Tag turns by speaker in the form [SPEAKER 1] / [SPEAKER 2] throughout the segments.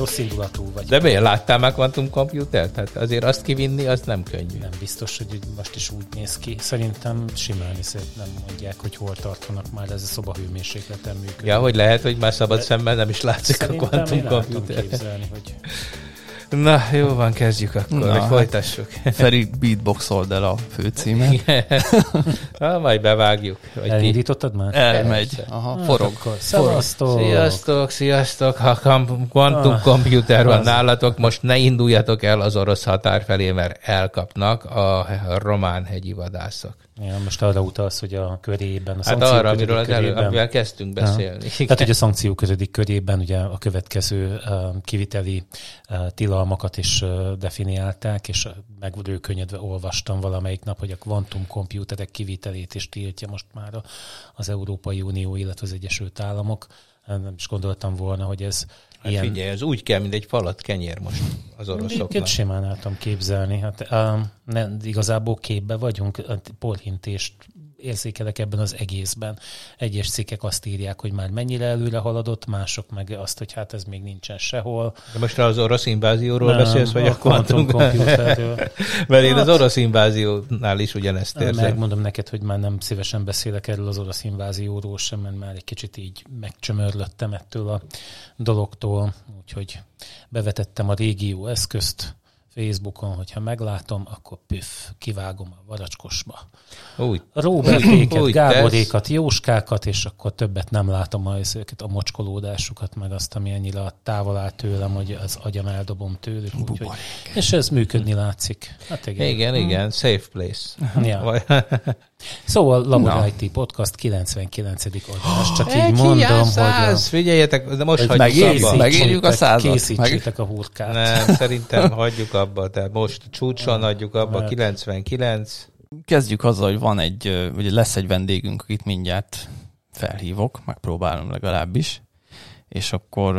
[SPEAKER 1] rossz indulatú vagy.
[SPEAKER 2] De miért? Láttál már Quantum Computer-t? Hát azért azt kivinni, az nem könnyű.
[SPEAKER 1] Nem biztos, hogy most is úgy néz ki. Szerintem simán nem mondják, hogy hol tartanak már, ez a szobahőmérsékleten működik.
[SPEAKER 2] Ja, hogy lehet, hogy már szabad szemmel nem is látszik a Quantum Computer.
[SPEAKER 1] Képzelni, hogy...
[SPEAKER 2] Na, jó van, kezdjük akkor, hogy folytassuk.
[SPEAKER 3] Feri beatboxold el a főcímet.
[SPEAKER 2] Majd bevágjuk.
[SPEAKER 1] Elindítottad már?
[SPEAKER 3] Elmegy. Aha, forog.
[SPEAKER 1] Szevasztok!
[SPEAKER 2] Sziasztok! Ha Quantum Computer van nálatok, most ne induljatok el az orosz határ felé, mert elkapnak a román hegyi vadászok.
[SPEAKER 1] Ja, most arra utalsz, hogy a körében, a
[SPEAKER 2] hát arra, amivel kezdtünk beszélni.
[SPEAKER 1] Tehát, hogy a szankció közedik körében ugye a következő kiviteli tilalmakat is definiálták, és megrőkönyödve olvastam valamelyik nap, hogy a quantum computerek kivitelét is tiltja most már az Európai Unió, illetve az Egyesült Államok. Nem is gondoltam volna, hogy ez
[SPEAKER 2] hát ilyen... Figyelj, ez úgy kell, mint egy falat kenyér most az oroszoknak.
[SPEAKER 1] Simán álltam képzelni. Hát, igazából képbe vagyunk, porhintést érzékelek ebben az egészben. Egyes cikkek azt írják, hogy már mennyire előre haladott, mások meg azt, hogy hát ez még nincsen sehol.
[SPEAKER 2] De most az orosz invázióról beszélsz, vagy a quantum computerről? Mert én az orosz inváziónál is ugyanezt érzem.
[SPEAKER 1] Megmondom neked, hogy már nem szívesen beszélek erről az orosz invázióról sem, mert már egy kicsit így megcsömörlöttem ettől a dologtól, úgyhogy bevetettem a régió eszközt Facebookon, hogyha meglátom, akkor kivágom a varacskosba. Róbertéket, Gáborékat, Jóskákat, és akkor többet nem látom a mocskolódásukat, meg azt, ami ennyire távol áll tőlem, hogy az agyam eldobom tőlük. Úgyhogy, és ez működni látszik. Hát
[SPEAKER 2] igen, safe place.
[SPEAKER 1] Ja. Szóval Labor IT Podcast 99. adás. Csak így mondom, hogy...
[SPEAKER 2] Figyeljetek, de most
[SPEAKER 3] megírjuk a 100-at.
[SPEAKER 1] Készítsétek a hurkát.
[SPEAKER 2] Nem, szerintem hagyjuk abba. Tehát most csúcson adjuk abba 99.
[SPEAKER 3] Kezdjük azzal, hogy ugye lesz egy vendégünk, akit mindjárt felhívok, megpróbálom legalábbis, és akkor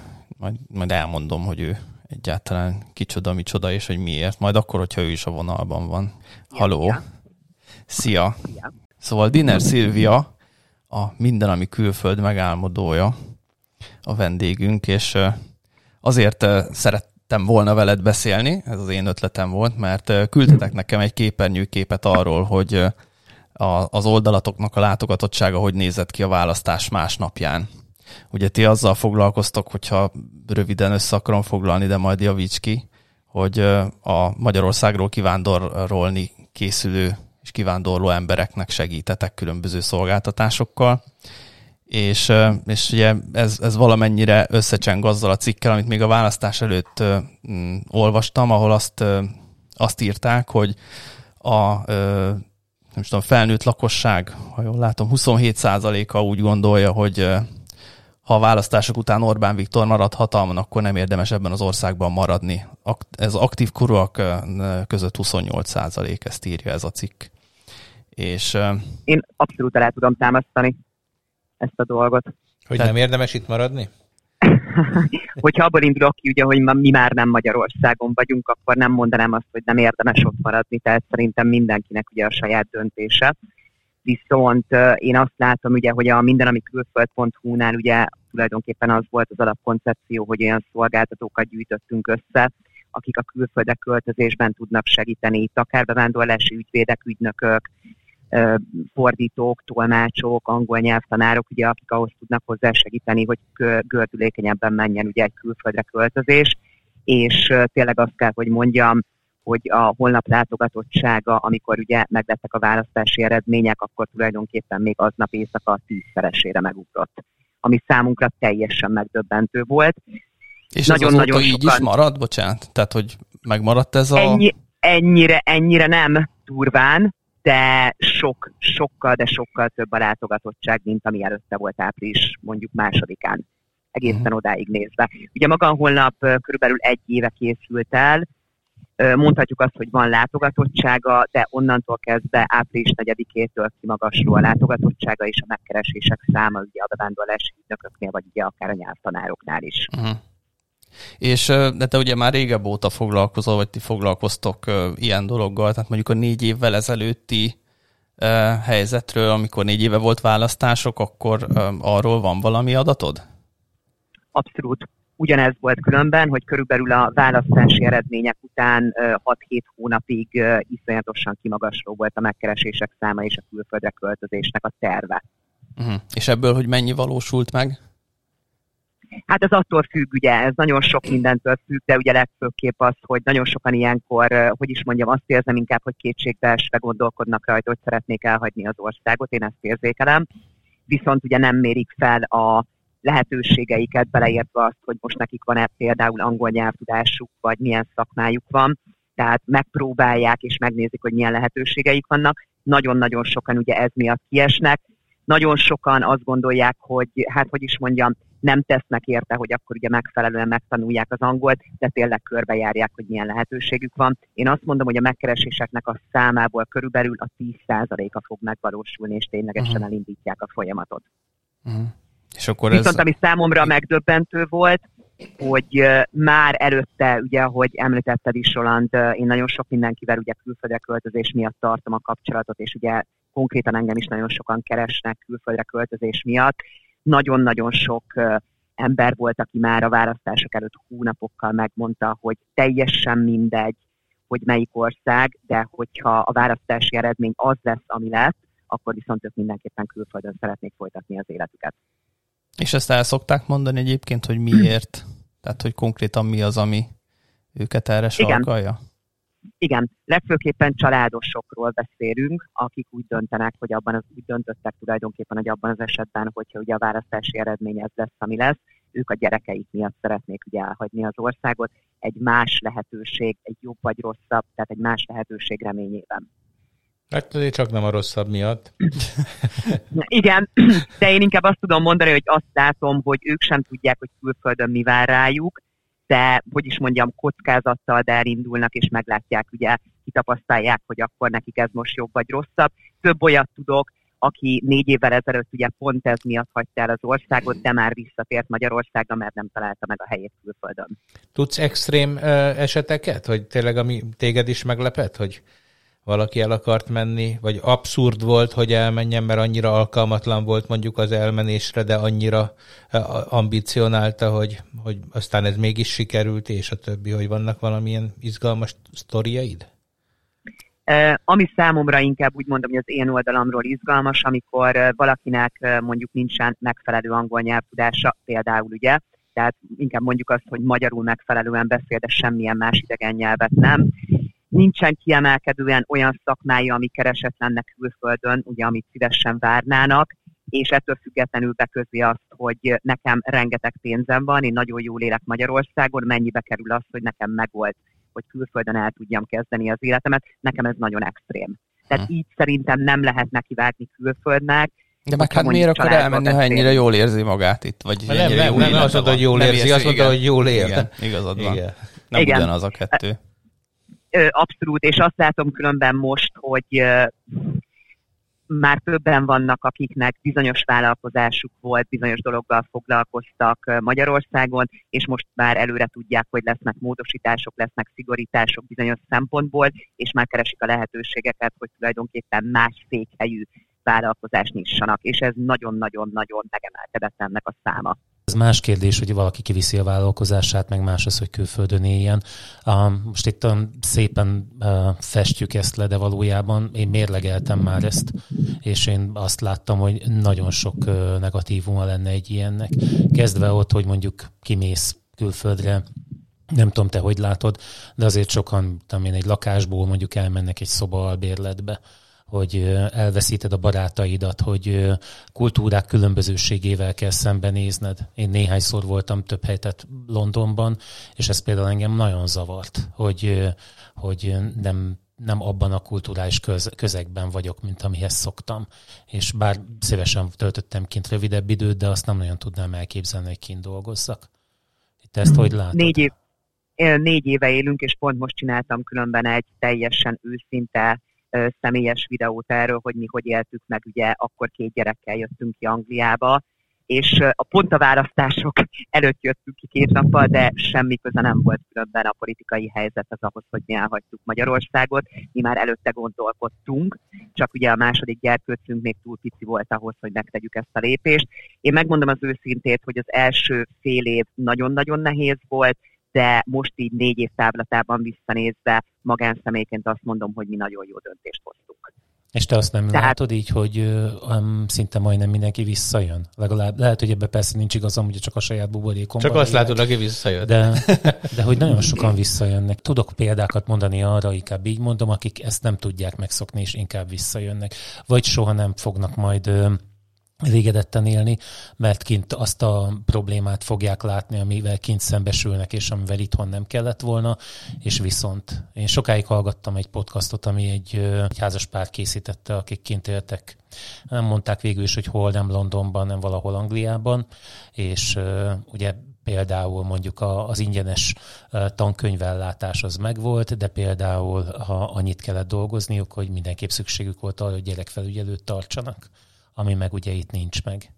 [SPEAKER 3] majd elmondom, hogy ő egyáltalán kicsoda, micsoda, és hogy miért. Majd akkor, hogyha ő is a vonalban van. Haló! Szia! Szóval Diner Szilvia, a Minden, ami külföld megálmodója a vendégünk, és azért szerettem volna veled beszélni, ez az én ötletem volt, mert küldtetek nekem egy képernyőképet arról, hogy az oldalatoknak a látogatottsága hogy nézett ki a választás másnapján. Ugye ti azzal foglalkoztok, hogyha röviden össze akarom foglalni, de majd javíts ki, hogy a Magyarországról kivándorolni készülő és kivándorló embereknek segítetek különböző szolgáltatásokkal, és ugye ez valamennyire összecseng azzal a cikkel, amit még a választás előtt olvastam, ahol azt írták, hogy nem tudom, felnőtt lakosság, ha jól látom, 27%-a úgy gondolja, hogy ha a választások után Orbán Viktor marad hatalmon, akkor nem érdemes ebben az országban maradni. Ez aktív korúak között 28%, ezt írja ez a cikk. És,
[SPEAKER 4] én abszolút el tudom támasztani ezt a dolgot.
[SPEAKER 2] Hogy nem érdemes itt maradni?
[SPEAKER 4] Hogyha abból indulok ki, ugye, hogy mi már nem Magyarországon vagyunk, akkor nem mondanám azt, hogy nem érdemes ott maradni, tehát szerintem mindenkinek ugye a saját döntése. Viszont én azt látom, ugye, hogy a Minden, ami külföld.hu-nál ugye tulajdonképpen az volt az alapkoncepció, hogy olyan szolgáltatókat gyűjtöttünk össze, akik a külföldre költözésben tudnak segíteni, itt akár bevándorlási ügyvédek, ügynökök, fordítók, tolmácsok, angol nyelvtanárok, ugye, akik ahhoz tudnak hozzá segíteni, hogy gördülékenyebben menjen ugye egy külföldre költözés, és tényleg azt kell, hogy mondjam, hogy a honlap látogatottsága, amikor ugye meglettek a választási eredmények, akkor tulajdonképpen még aznap éjszaka 10-szeresére megugrott, ami számunkra teljesen megdöbbentő volt.
[SPEAKER 3] És nagyon-nagyon így is marad, bocsánat? Tehát, hogy megmaradt ez a...
[SPEAKER 4] Ennyire nem durván, de sokkal több a látogatottság, mint ami előtte volt április, mondjuk 2-án, egészen odáig nézve. Ugye maga a honlap körülbelül 1 éve készült el, mondhatjuk azt, hogy van látogatottsága, de onnantól kezdve április 4-től kimagasló a látogatottsága és a megkeresések száma ugye a bevándorlási ügynököknél, vagy ugye akár a nyelvtanároknál is.
[SPEAKER 3] És de te ugye már régebb óta foglalkozol, vagy ti foglalkoztok ilyen dologgal, tehát mondjuk a 4 évvel ezelőtti helyzetről, amikor 4 éve volt választások, akkor arról van valami adatod?
[SPEAKER 4] Abszolút. Ugyanez volt különben, hogy körülbelül a választási eredmények után 6-7 hónapig iszonyatosan kimagasló volt a megkeresések száma és a külföldre költözésnek a terve.
[SPEAKER 3] És ebből, hogy mennyi valósult meg?
[SPEAKER 4] Hát ez attól függ, ugye, ez nagyon sok mindentől függ, de ugye legfőképp az, hogy nagyon sokan ilyenkor, azt érzem inkább, hogy kétségbeesve gondolkodnak rajta, hogy szeretnék elhagyni az országot, én ezt érzékelem, viszont ugye nem mérik fel a lehetőségeiket, beleértve azt, hogy most nekik van-e például angol nyelvtudásuk, vagy milyen szakmájuk van, tehát megpróbálják és megnézik, hogy milyen lehetőségeik vannak. Nagyon-nagyon sokan ugye ez miatt kiesnek. Nagyon sokan azt gondolják, hogy nem tesznek érte, hogy akkor ugye megfelelően megtanulják az angolt, de tényleg körbejárják, hogy milyen lehetőségük van. Én azt mondom, hogy a megkereséseknek a számából körülbelül a 10%-a fog megvalósulni, és ténylegesen elindítják a folyamatot.
[SPEAKER 3] És akkor
[SPEAKER 4] viszont ami számomra megdöbbentő volt, hogy már előtte, ugye, ahogy említetted is, Roland, én nagyon sok mindenkivel ugye külföldre költözés miatt tartom a kapcsolatot, és ugye konkrétan engem is nagyon sokan keresnek külföldre költözés miatt. Nagyon-nagyon sok ember volt, aki már a választások előtt hónapokkal megmondta, hogy teljesen mindegy, hogy melyik ország, de hogyha a választási eredmény az lesz, ami lett, akkor viszont ők mindenképpen külföldön szeretnék folytatni az életüket.
[SPEAKER 3] És ezt el szokták mondani egyébként, hogy miért? Tehát, hogy konkrétan mi az, ami őket erre sarkalja?
[SPEAKER 4] Igen, legfőképpen családosokról beszélünk, akik úgy döntenek, hogy úgy döntöttek tulajdonképpen, hogy abban az esetben, hogyha ugye a választási eredmény ez lesz, ami lesz, ők a gyerekeik miatt szeretnék ugye elhagyni az országot, egy más lehetőség, egy jobb vagy rosszabb, tehát egy más lehetőség reményében.
[SPEAKER 2] Hát csak nem a rosszabb miatt.
[SPEAKER 4] Igen, de én inkább azt tudom mondani, hogy azt látom, hogy ők sem tudják, hogy külföldön mi vár rájuk, de, kockázattal, de elindulnak, és meglátják, ugye, kitapasztalják, hogy akkor nekik ez most jobb vagy rosszabb. Több olyat tudok, aki 4 évvel ezelőtt ugye pont ez miatt hagyta el az országot, de már visszatért Magyarországra, mert nem találta meg a helyét külföldön.
[SPEAKER 2] Tudsz extrém eseteket, hogy tényleg ami téged is meglepett, hogy valaki el akart menni, vagy abszurd volt, hogy elmenjen, mert annyira alkalmatlan volt mondjuk az elmenésre, de annyira ambicionálta, hogy aztán ez mégis sikerült, és a többi, hogy vannak valamilyen izgalmas sztoriaid?
[SPEAKER 4] Ami számomra inkább úgy mondom, hogy az én oldalamról izgalmas, amikor valakinek mondjuk nincsen megfelelő angol nyelvtudása, például ugye, tehát inkább mondjuk azt, hogy magyarul megfelelően beszél, de semmilyen más idegen nyelvet nem. Nincsen kiemelkedően olyan szakmája, ami keresetlennek külföldön, ugye, amit szívesen várnának, és ettől függetlenül beközi azt, hogy nekem rengeteg pénzem van, én nagyon jól élek Magyarországon, mennyibe kerül az, hogy nekem megold, hogy külföldön el tudjam kezdeni az életemet, nekem ez nagyon extrém. Tehát így szerintem nem lehet nekivágni külföldnek.
[SPEAKER 3] De meg hát miért akar elmenni, ha ennyire jól érzi magát itt? Vagy
[SPEAKER 2] nem azt mondta, hogy jól érzi, azt mondta, hogy jól él.
[SPEAKER 3] Igen, igazad van. Nem ugyanaz a kettő.
[SPEAKER 4] Abszolút, és azt látom különben most, hogy már többen vannak, akiknek bizonyos vállalkozásuk volt, bizonyos dologgal foglalkoztak Magyarországon, és most már előre tudják, hogy lesznek módosítások, lesznek szigorítások bizonyos szempontból, és már keresik a lehetőségeket, hogy tulajdonképpen más székhelyű vállalkozást nyissanak, és ez nagyon-nagyon-nagyon megemelkedett ennek a száma.
[SPEAKER 1] Ez más kérdés, hogy valaki kiviszi a vállalkozását, meg más az, hogy külföldön éljen. Most itt szépen festjük ezt le, de valójában én mérlegeltem már ezt, és én azt láttam, hogy nagyon sok negatívuma lenne egy ilyennek. Kezdve ott, hogy mondjuk kimész külföldre, nem tudom, te hogy látod, de azért sokan, egy lakásból mondjuk elmennek egy szoba albérletbe, hogy elveszíted a barátaidat, hogy kultúrák különbözőségével kell szembenézned. Én néhányszor voltam több helyet Londonban, és ez például engem nagyon zavart, hogy nem abban a kulturális közegben vagyok, mint amihez szoktam. És bár szívesen töltöttem kint rövidebb időt, de azt nem nagyon tudnám elképzelni, hogy kint dolgozzak. Te ezt hogy látod?
[SPEAKER 4] 4 éve élünk, és pont most csináltam különben egy teljesen őszinte személyes videót erről, hogy mi hogy éltük meg, ugye akkor 2 gyerekkel jöttünk ki Angliába, és pont a választások előtt jöttünk ki 2 nappal, de semmi köze nem volt különben a politikai helyzethez ahhoz, hogy mi elhagytuk Magyarországot. Mi már előtte gondolkodtunk, csak ugye a második gyerkőcünk még túl pici volt ahhoz, hogy megtegyük ezt a lépést. Én megmondom az őszintét, hogy az első fél év nagyon-nagyon nehéz volt, de most így 4 év távlatában visszanézve magánszemélyként azt mondom, hogy mi nagyon jó döntést hoztunk.
[SPEAKER 1] És te azt nem látod így, hogy szinte majdnem mindenki visszajön? Legalább lehet, hogy ebben persze nincs igazam, hogy csak a saját buborékomban.
[SPEAKER 2] Csak azt látod, aki visszajön.
[SPEAKER 1] De hogy nagyon sokan visszajönnek. Tudok példákat mondani arra, inkább így mondom, akik ezt nem tudják megszokni, és inkább visszajönnek. Vagy soha nem fognak majd elégedetten élni, mert kint azt a problémát fogják látni, amivel kint szembesülnek, és amivel itthon nem kellett volna, és viszont én sokáig hallgattam egy podcastot, ami egy házas pár készítette, akik kint éltek. Nem mondták végül is, hogy hol, nem Londonban, nem valahol Angliában, és ugye például mondjuk az ingyenes tankönyvellátás az megvolt, de például ha annyit kellett dolgozniuk, hogy mindenképp szükségük volt arra, hogy gyerekfelügyelőt tartsanak, ami meg ugye itt nincs meg.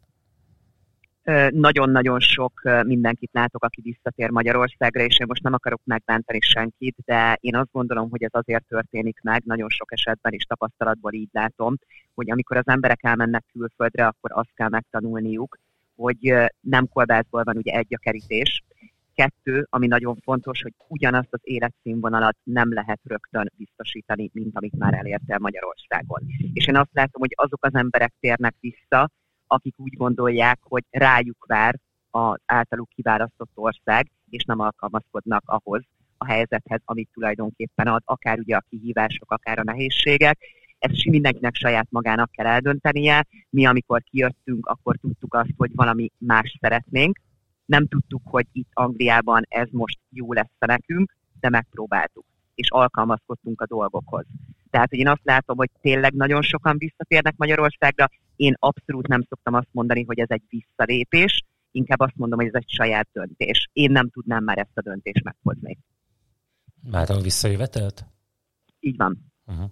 [SPEAKER 4] Nagyon-nagyon sok mindenkit látok, aki visszatér Magyarországra, és én most nem akarok megbántani senkit, de én azt gondolom, hogy ez azért történik meg, nagyon sok esetben is tapasztalatból így látom, hogy amikor az emberek elmennek külföldre, akkor azt kell megtanulniuk, hogy nem kolbászból van ugye egy a kerítés. 2, ami nagyon fontos, hogy ugyanazt az életszínvonalat nem lehet rögtön biztosítani, mint amit már elérte Magyarországon. És én azt látom, hogy azok az emberek térnek vissza, akik úgy gondolják, hogy rájuk vár az általuk kiválasztott ország, és nem alkalmazkodnak ahhoz a helyzethez, amit tulajdonképpen ad, akár ugye a kihívások, akár a nehézségek. Ezt mindenkinek saját magának kell eldöntenie. Mi, amikor kijöttünk, akkor tudtuk azt, hogy valami más szeretnénk. Nem tudtuk, hogy itt Angliában ez most jó lesz nekünk, de megpróbáltuk, és alkalmazkodtunk a dolgokhoz. Tehát, hogy én azt látom, hogy tényleg nagyon sokan visszatérnek Magyarországra. Én abszolút nem szoktam azt mondani, hogy ez egy visszalépés, inkább azt mondom, hogy ez egy saját döntés. Én nem tudnám már ezt a döntést meghozni.
[SPEAKER 1] Már a visszajövetelt?
[SPEAKER 4] Így van.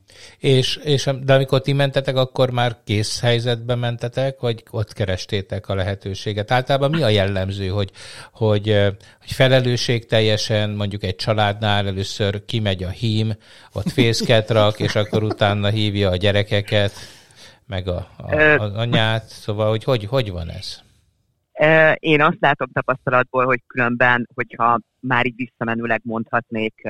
[SPEAKER 1] Uh-huh.
[SPEAKER 2] De amikor ti mentetek, akkor már kész helyzetben mentetek, vagy ott kerestétek a lehetőséget? Általában mi a jellemző, hogy felelősségteljesen mondjuk egy családnál először kimegy a hím, ott fészket rak, és akkor utána hívja a gyerekeket, meg az anyát, szóval hogy van ez?
[SPEAKER 4] Én azt látom tapasztalatból, hogy különben, hogyha már így visszamenőleg mondhatnék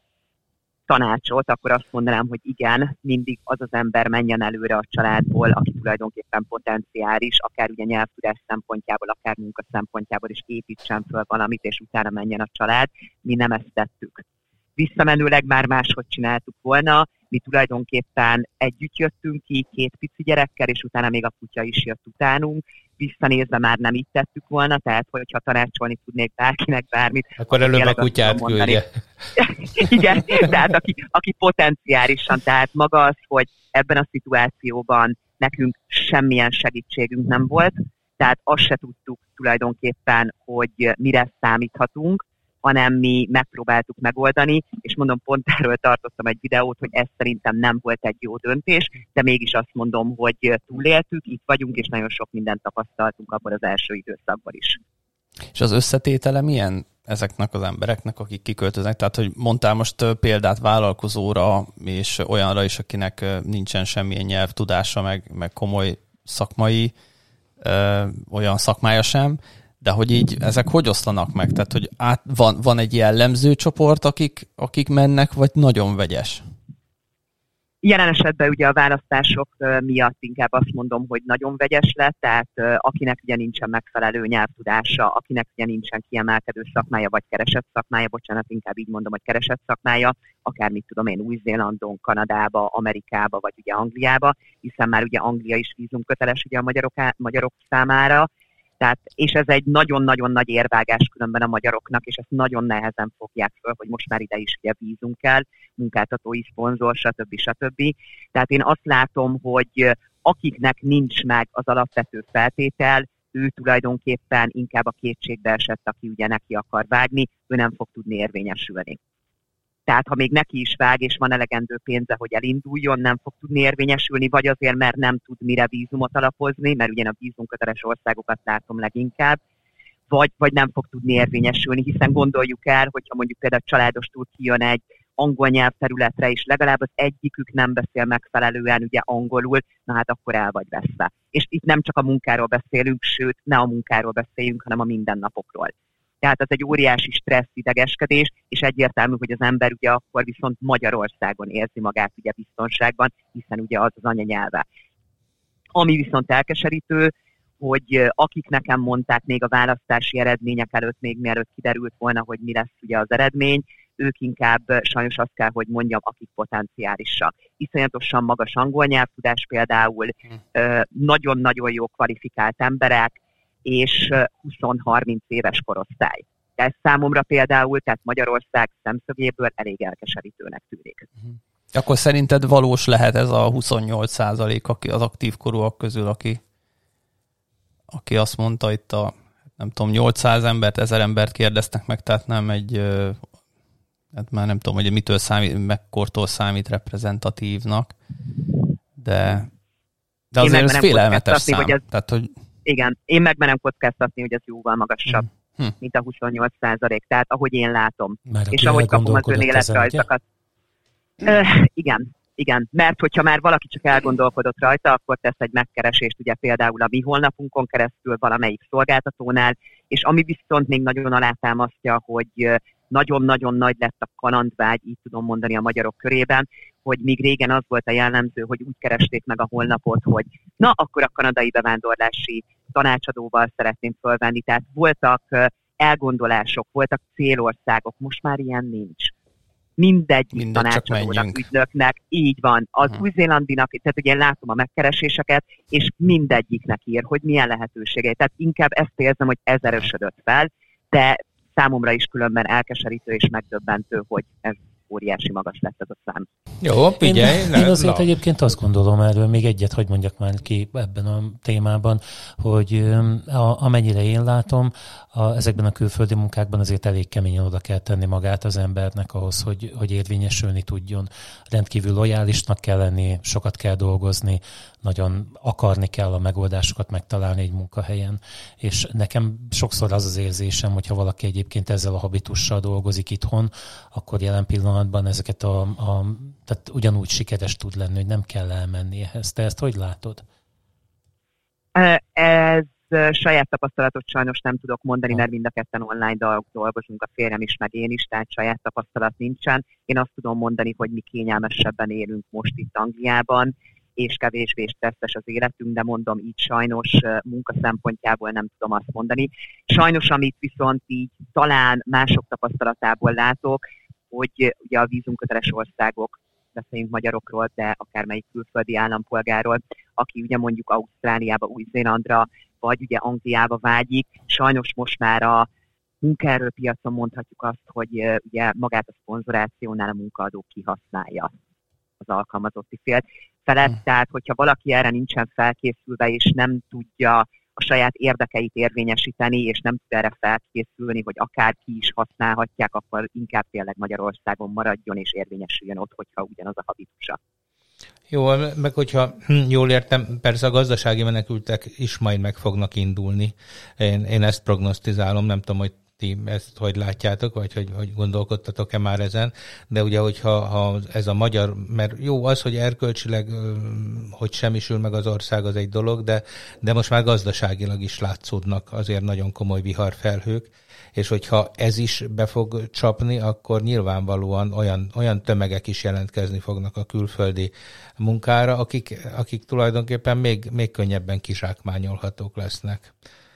[SPEAKER 4] tanácsot, akkor azt mondanám, hogy igen, mindig az az ember menjen előre a családból, aki tulajdonképpen potenciális, akár ugye nyelvtudás szempontjából, akár munka szempontjából is építsen föl valamit, és utána menjen a család. Mi nem ezt tettük. Visszamenőleg már máshogy csináltuk volna, mi tulajdonképpen együtt jöttünk ki 2 pici gyerekkel, és utána még a kutya is jött utánunk. Visszanézve már nem így tettük volna, tehát hogyha tanácsolni tudnék bárkinek bármit.
[SPEAKER 2] Akkor előbb a kutyát küldje.
[SPEAKER 4] Igen, tehát aki potenciálisan, tehát maga az, hogy ebben a szituációban nekünk semmilyen segítségünk nem volt, tehát azt se tudtuk tulajdonképpen, hogy mire számíthatunk, hanem mi megpróbáltuk megoldani, és mondom, pont erről tartottam egy videót, hogy ez szerintem nem volt egy jó döntés, de mégis azt mondom, hogy túléltük, itt vagyunk, és nagyon sok mindent tapasztaltunk abban az első időszakban is.
[SPEAKER 3] És az összetétele milyen ezeknek az embereknek, akik kiköltöznek? Tehát, hogy mondtál most példát vállalkozóra, és olyanra is, akinek nincsen semmilyen nyelvtudása, meg komoly szakmai, olyan szakmája sem, de hogy így ezek hogy oszlanak meg? Tehát, hogy van egy jellemző csoport, akik mennek, vagy nagyon vegyes?
[SPEAKER 4] Jelen esetben ugye a választások miatt inkább azt mondom, hogy nagyon vegyes lett, tehát akinek ugye nincsen megfelelő nyelvtudása, akinek ugye nincsen kiemelkedő szakmája, vagy keresett szakmája, inkább így mondom, hogy keresett szakmája, akár mit tudom én, Új-Zélandon, Kanadába, Amerikába, vagy ugye Angliába, hiszen már ugye Anglia is vízumköteles ugye a magyarok számára. Tehát, és ez egy nagyon-nagyon nagy érvágás különben a magyaroknak, és ezt nagyon nehezen fogják föl, hogy most már ide is ugye vízum kell, munkáltatói szponzor, stb. Tehát én azt látom, hogy akiknek nincs meg az alapvető feltétel, ő tulajdonképpen inkább a kétségbe esett, aki ugye neki akar vágni, ő nem fog tudni érvényesülni. Tehát ha még neki is vág, és van elegendő pénze, hogy elinduljon, nem fog tudni érvényesülni, vagy azért, mert nem tud mire vízumot alapozni, mert ugyan a vízumköteles országokat látom leginkább, vagy nem fog tudni érvényesülni, hiszen gondoljuk el, hogyha mondjuk például családostól kijön egy angol nyelvterületre, és legalább az egyikük nem beszél megfelelően ugye angolul, na hát akkor el vagy veszve. És itt nem csak a munkáról beszélünk, sőt, ne a munkáról beszéljünk, hanem a mindennapokról. Tehát ez egy óriási stressz, idegeskedés, és egyértelmű, hogy az ember ugye akkor viszont Magyarországon érzi magát ugye biztonságban, hiszen ugye az az anyanyelve. Ami viszont elkeserítő, hogy akik nekem mondták még a választási eredmények előtt, még mielőtt kiderült volna, hogy mi lesz ugye az eredmény, ők inkább sajnos azt kell, hogy mondjam, akik potenciálisak. Iszonyatosan magas angol nyelvtudás például, nagyon-nagyon jó kvalifikált emberek, és 20-30 éves korosztály. De ez számomra például, tehát Magyarország szemszögéből elég elkeserítőnek tűnik.
[SPEAKER 3] Akkor szerinted valós lehet ez a 28% az aktív korúak közül, aki azt mondta, itt a nem tudom, 800 embert, 1000 embert kérdeztek meg, tehát nem egy, hát már nem tudom, hogy mitől számít, mekkortól számít reprezentatívnak, de azért ez félelmetes szám.
[SPEAKER 4] Hogy ez,
[SPEAKER 3] tehát, hogy...
[SPEAKER 4] Igen, én megmerem kockáztatni, hogy ez jóval magasabb, mint a 28%, tehát ahogy én látom. És ahogy kapom az ön életrajzokat. Igen, mert hogyha már valaki csak elgondolkodott rajta, akkor tesz egy megkeresést ugye például a mi honlapunkon keresztül valamelyik szolgáltatónál, és ami viszont még nagyon alátámasztja, hogy nagyon-nagyon nagy lett a kalandvágy, így tudom mondani a magyarok körében, hogy még régen az volt a jellemző, hogy úgy keresték meg a honlapot, hogy na, akkor a kanadai bevándorlási tanácsadóval szeretném fölvenni. Tehát voltak elgondolások, voltak célországok, most már ilyen nincs. Mindegyik tanácsadónak, ügynöknek, így van. Az új-zélandinak, tehát ugye én látom a megkereséseket, és mindegyiknek ír, hogy milyen lehetőségei. Tehát inkább ezt érzem, hogy ezerösödött fel, de számomra is különben elkeserítő és megdöbbentő, hogy ez óriási magas lett ez a szám.
[SPEAKER 2] Jó, figyelj.
[SPEAKER 1] Én azért egyébként azt gondolom erről, még egyet, hogy mondjak már ki ebben a témában, hogy amennyire én látom, ezekben a külföldi munkákban azért elég keményen oda kell tenni magát az embernek ahhoz, hogy érvényesülni tudjon. Rendkívül lojálisnak kell lenni, sokat kell dolgozni, nagyon akarni kell a megoldásokat megtalálni egy munkahelyen. És nekem sokszor az érzésem, hogyha valaki egyébként ezzel a habitussal dolgozik itthon, akkor jelen pillanatban ezeket tehát ugyanúgy sikeres tud lenni, hogy nem kell elmenni ehhez. Te ezt hogy látod?
[SPEAKER 4] Ez saját tapasztalatot sajnos nem tudok mondani, mert mind a ketten online dolgozunk, a férjem is, meg én is, tehát saját tapasztalat nincsen. Én azt tudom mondani, hogy mi kényelmesebben élünk most itt Angliában, és kevésbé stresszes az életünk, de mondom így sajnos munka szempontjából nem tudom azt mondani. Sajnos, amit viszont így talán mások tapasztalatából látok, hogy ugye a vízumköteles országok, beszéljünk magyarokról, de akármelyik külföldi állampolgáról, aki ugye mondjuk Ausztráliába, Új-Zélandra, vagy ugye Angliába vágyik, sajnos most már a munkaerőpiacon mondhatjuk azt, hogy ugye magát a szponzorációnál a munkaadó kihasználja az alkalmazotti fél felett, tehát hogyha valaki erre nincsen felkészülve, és nem tudja a saját érdekeit érvényesíteni, és nem tud erre felkészülni, hogy akárki is használhatják, akkor inkább tényleg Magyarországon maradjon, és érvényesüljön ott, hogyha ugyanaz a habitusa.
[SPEAKER 2] Jó, meg hogyha jól értem, persze a gazdasági menekültek is majd meg fognak indulni. Én ezt prognosztizálom, nem tudom, hogy ti ezt hogy látjátok, vagy hogy gondolkodtatok-e már ezen, de ugye, hogyha ez a magyar, mert jó az, hogy erkölcsileg, hogy semmisül meg az ország, az egy dolog, de most már gazdaságilag is látszódnak azért nagyon komoly viharfelhők, és hogyha ez is be fog csapni, akkor nyilvánvalóan olyan tömegek is jelentkezni fognak a külföldi munkára, akik tulajdonképpen még könnyebben kizsákmányolhatók lesznek.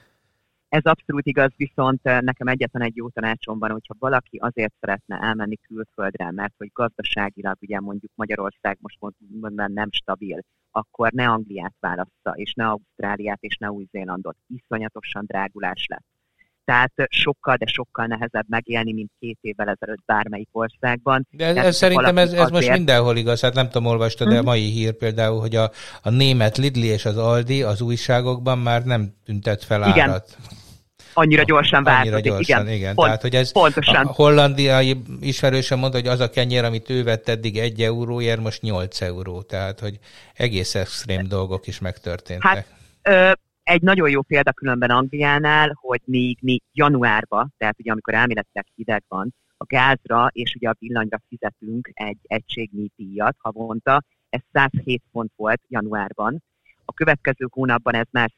[SPEAKER 4] Ez abszolút igaz, viszont nekem egyetlen egy jó tanácsom van, hogyha valaki azért szeretne elmenni külföldre, mert hogy gazdaságilag ugye mondjuk Magyarország most mondom nem stabil, akkor ne Angliát válassza, és ne Ausztráliát, és ne Új-Zélandot. Iszonyatosan drágulás lett. Tehát sokkal, de sokkal nehezebb megélni, mint 2 évvel ezelőtt bármelyik országban.
[SPEAKER 2] De ez szerintem ez most mindenhol igaz. Hát nem tudom, olvastad, de a mai hír például, hogy a német Lidl és az Aldi az újságokban már nem tüntet fel árat.
[SPEAKER 4] Annyira gyorsan változik.
[SPEAKER 2] Annyira gyorsan, igen.
[SPEAKER 4] Pont,
[SPEAKER 2] tehát, hogy ez
[SPEAKER 4] pontosan.
[SPEAKER 2] A hollandiai ismerősen mondta, hogy az a kenyér, amit ő vett eddig 1 euróért, most 8 euró. Tehát, hogy egész extrém dolgok is megtörténtek.
[SPEAKER 4] Hát, egy nagyon jó példa különben Angliánál, hogy még mi januárban, tehát ugye amikor elméletileg hideg van, a gázra és ugye a villanyra fizetünk egy egységnyi díjat havonta, ez 107 font volt januárban. A következő hónapban ez már